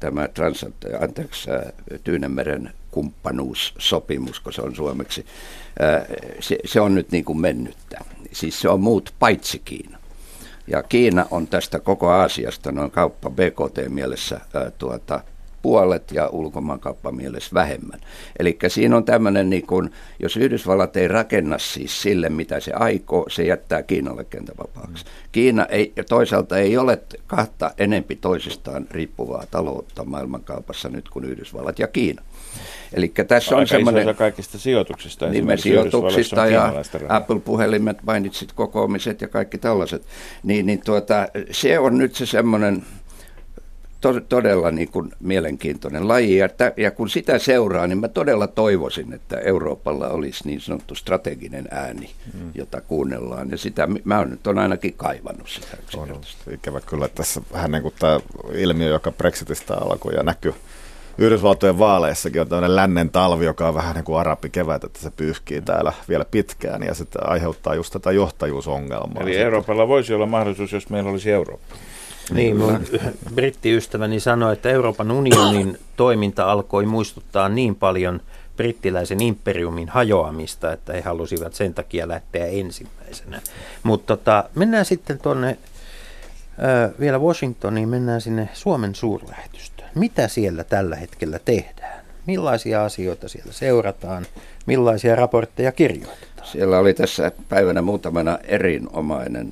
Tyynenmeren kumppanuussopimus, kun se on suomeksi, se on nyt niin kuin mennyttä. Siis se on muut paitsi Kiina. Ja Kiina on tästä koko Aasiasta noin kauppa BKT-mielessä puolet ja ulkomaankauppamielessä vähemmän. Eli siinä on tämmöinen, niin kun, jos Yhdysvallat ei rakenna siis sille, mitä se aikoo, se jättää Kiinalle kentän vapaaksi. Kiina toisaalta ei ole kahta enempi toisistaan riippuvaa taloutta maailmankaupassa nyt kuin Yhdysvallat ja Kiina. Eli tässä on semmoinen kaikista sijoituksista. Sijoituksista ja Apple-puhelimet, mainitsit kokoamiset ja kaikki tällaiset. Se on nyt se semmoinen todella niin kuin mielenkiintoinen laji, ja kun sitä seuraa, niin mä todella toivoisin, että Euroopalla olisi niin sanottu strateginen ääni, jota kuunnellaan, ja sitä mä on ainakin kaivannut sitä yksinkertaisesti. Ikävä kyllä, että tässä vähän niin kuin tämä ilmiö, joka Brexitistä alkoi ja näkyy Yhdysvaltojen vaaleissakin, on tämmöinen lännen talvi, joka on vähän niin kuin arabikevät, että se pyyhkii täällä vielä pitkään, ja se aiheuttaa just tätä johtajuusongelmaa. Eli Euroopalla voisi olla mahdollisuus, jos meillä olisi Eurooppa. Niin, mun brittiystäväni sanoi, että Euroopan unionin toiminta alkoi muistuttaa niin paljon brittiläisen imperiumin hajoamista, että he halusivat sen takia lähteä ensimmäisenä. Mutta mennään sitten tuonne Vielä Washingtoniin mennään sinne Suomen suurlähetystöön. Mitä siellä tällä hetkellä tehdään? Millaisia asioita siellä seurataan? Millaisia raportteja kirjoitetaan? Siellä oli tässä päivänä muutamana erinomainen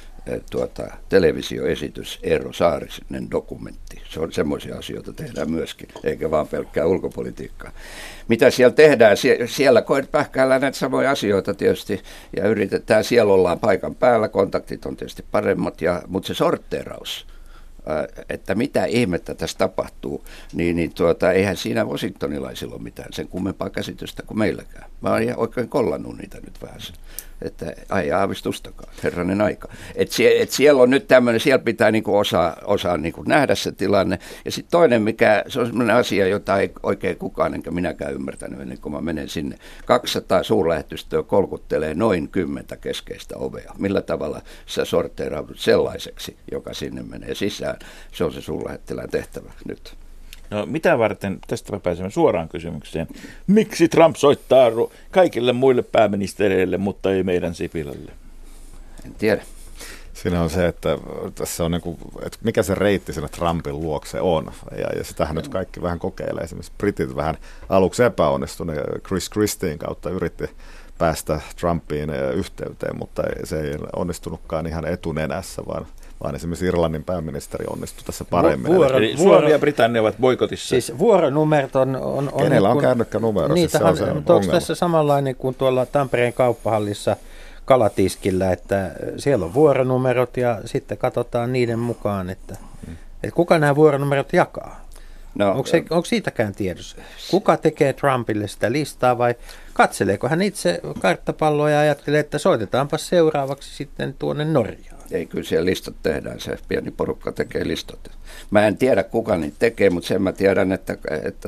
televisioesitys, Eero Saarisen dokumentti. Se on semmoisia asioita tehdään myöskin, eikä vaan pelkkää ulkopolitiikkaa. Mitä siellä tehdään? Siellä pähkäillään näitä samoja asioita tietysti ja yritetään, siellä ollaan paikan päällä, kontaktit on tietysti paremmat, mutta se sortteeraus, että mitä ihmettä tässä tapahtuu, niin eihän siinä washingtonilaisilla ole mitään sen kummempaa käsitystä kuin meilläkään. Mä oon oikein kollannut niitä nyt vähän. Että ei aavistustakaan, herranen aika. Siellä on nyt tämmöinen, siellä pitää niinku osaa niinku nähdä se tilanne. Ja sitten toinen, se on semmoinen asia, jota ei oikein kukaan enkä minäkään ymmärtänyt ennen kuin mä menen sinne. 200 suurlähetystöä kolkuttelee noin 10 keskeistä ovea. Millä tavalla sä sorteeraudut sellaiseksi, joka sinne menee sisään? Se on se suurlähettilään tehtävä nyt. No mitä varten, tästä me pääsemme suoraan kysymykseen. Miksi Trump soittaa kaikille muille pääministereille, mutta ei meidän Sipilälle? En tiedä. Siinä on se, että tässä on että mikä se reitti sinne Trumpin luokse on. Ja sitähän nyt kaikki vähän kokeilee. Esimerkiksi britit vähän aluksi epäonnistuneet. Chris Christien kautta yritti päästä Trumpiin yhteyteen, mutta se ei onnistunutkaan ihan etunenässä, vaan esimerkiksi Irlannin pääministeri onnistui tässä paremmin. Eli Suomi ja Britannia ovat boikotissa. Siis vuoronumerot on kenellä on kännykkä-numero? Niitähän, siis mutta onko tässä samanlainen kuin tuolla Tampereen kauppahallissa kalatiskillä, että siellä on vuoronumerot ja sitten katsotaan niiden mukaan, että kuka nämä vuoronumerot jakaa? No, onko siitäkään tiedossa? Kuka tekee Trumpille sitä listaa vai katseleeko hän itse karttapalloa ja ajattelee, että soitetaanpa seuraavaksi sitten tuonne Norjaan? Ei, kyllä siellä listat tehdään, se pieni porukka tekee listat. Mä en tiedä kuka niitä tekee, mutta sen mä tiedän, että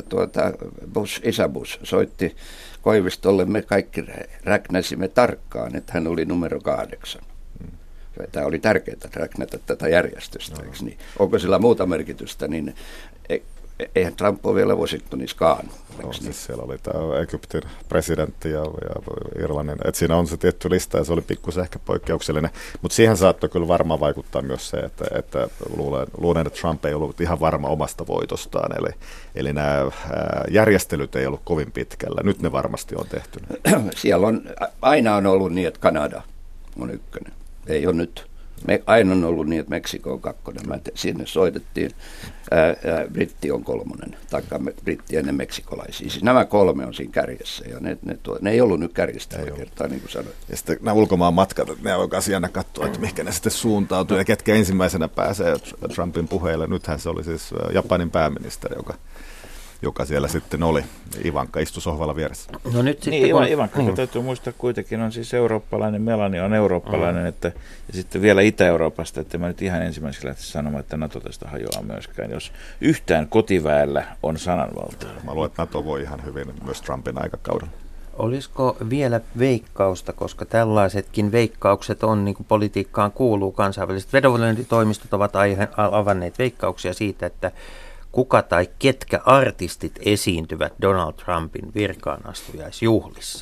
isä Bush soitti Koivistolle, me kaikki räknäsimme tarkkaan, että hän oli numero 8. Tämä oli tärkeää räknätä tätä järjestystä, eikö niin? Onko sillä muuta merkitystä, niin eihän Trump ole vielä Washingtonissakaan. No, siis siellä oli tämä Egyptin presidentti ja Irlannin, että siinä on se tietty lista ja se oli pikkusen ehkä poikkeuksellinen, mutta siihen saattoi kyllä varmaan vaikuttaa myös se, että luulen, että Trump ei ollut ihan varma omasta voitostaan, eli nämä järjestelyt ei ollut kovin pitkällä, nyt ne varmasti on tehty. Siellä aina on ollut niin, että Kanada on ykkönen, ei ole nyt. Aina on ollut niin, että Meksiko on 2. Sinne soitettiin, britti on 3, taikka britti ennen meksikolaisia. Siis nämä 3 on siinä kärjessä ja ne ei ollut nyt kärjestä kertaa, niin kuin sanoin. Ja sitten nämä ulkomaan matkat, ne on oikein jännä katsoa, että mihinkä ne sitten suuntautuu ja ketkä ensimmäisenä pääsee Trumpin puheille. Nythän se oli siis Japanin pääministeri, joka siellä sitten oli. Ivanka istui sohvalla vieressä. No nyt sitten niin, Ivanka, täytyy muistaa kuitenkin, on siis eurooppalainen, Melania on eurooppalainen, ja sitten vielä Itä-Euroopasta, että mä nyt ihan ensimmäiseksi lähtisin sanomaan, että NATO tästä hajoaa myöskään, jos yhtään kotiväellä on sananvaltaa. Mä luulen, että NATO voi ihan hyvin myös Trumpin aikakaudella. Olisiko vielä veikkausta, koska tällaisetkin veikkaukset on, niin kuin politiikkaan kuuluu, kansainväliset vedonlyöntitoimistot ovat avanneet veikkauksia siitä, että kuka tai ketkä artistit esiintyvät Donald Trumpin virkaanastujaisjuhlissa?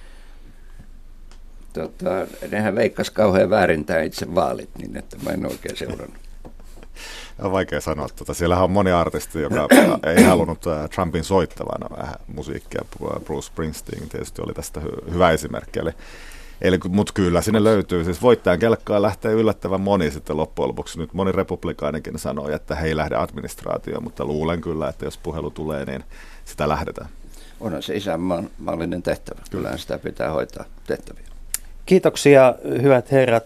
Nehän veikkasi kauhean väärin tämä itse vaalit, niin että mä en oikein seurannut. On vaikea sanoa. Siellähän on moni artisti, joka ei halunnut Trumpin soittavana vähän musiikkia. Bruce Springsteen tietysti oli tästä hyvä esimerkki. Mutta kyllä sinne löytyy, siis voittajan kelkkaan lähtee yllättävän moni sitten loppujen lopuksi. Nyt moni republikaanikin sanoo, että he ei lähde administraatioon, mutta luulen kyllä, että jos puhelu tulee, niin sitä lähdetään. Onhan se isänmaallinen tehtävä, kyllähän sitä pitää hoitaa tehtäviä. Kiitoksia hyvät herrat.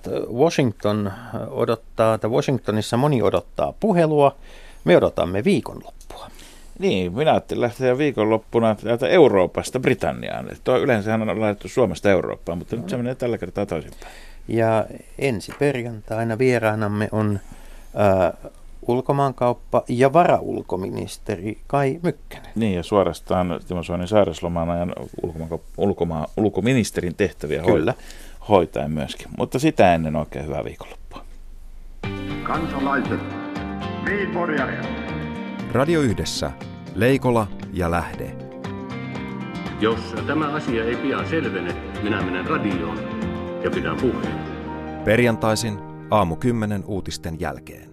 Washingtonissa moni odottaa puhelua, me odotamme viikonloppua. Niin, minä ajattelin lähteä viikonloppuna täältä Euroopasta Britanniaan. Yleensähän on lähdetty Suomesta Eurooppaan, mutta nyt se menee tällä kertaa toisinpäin. Ja ensi perjantaina vieraanamme on ulkomaankauppa- ja varaulkoministeri Kai Mykkänen. Niin, ja suorastaan Timo Soinin sairausloman ajan ulkoministerin tehtäviä hoitaen myöskin. Mutta sitä ennen oikein hyvää viikonloppua. Kansalaiset, Radio Yhdessä, Leikola ja Lähde. Jos tämä asia ei pian selvene, minä menen radioon ja pidän puheen. Perjantaisin Aamu 10 uutisten jälkeen.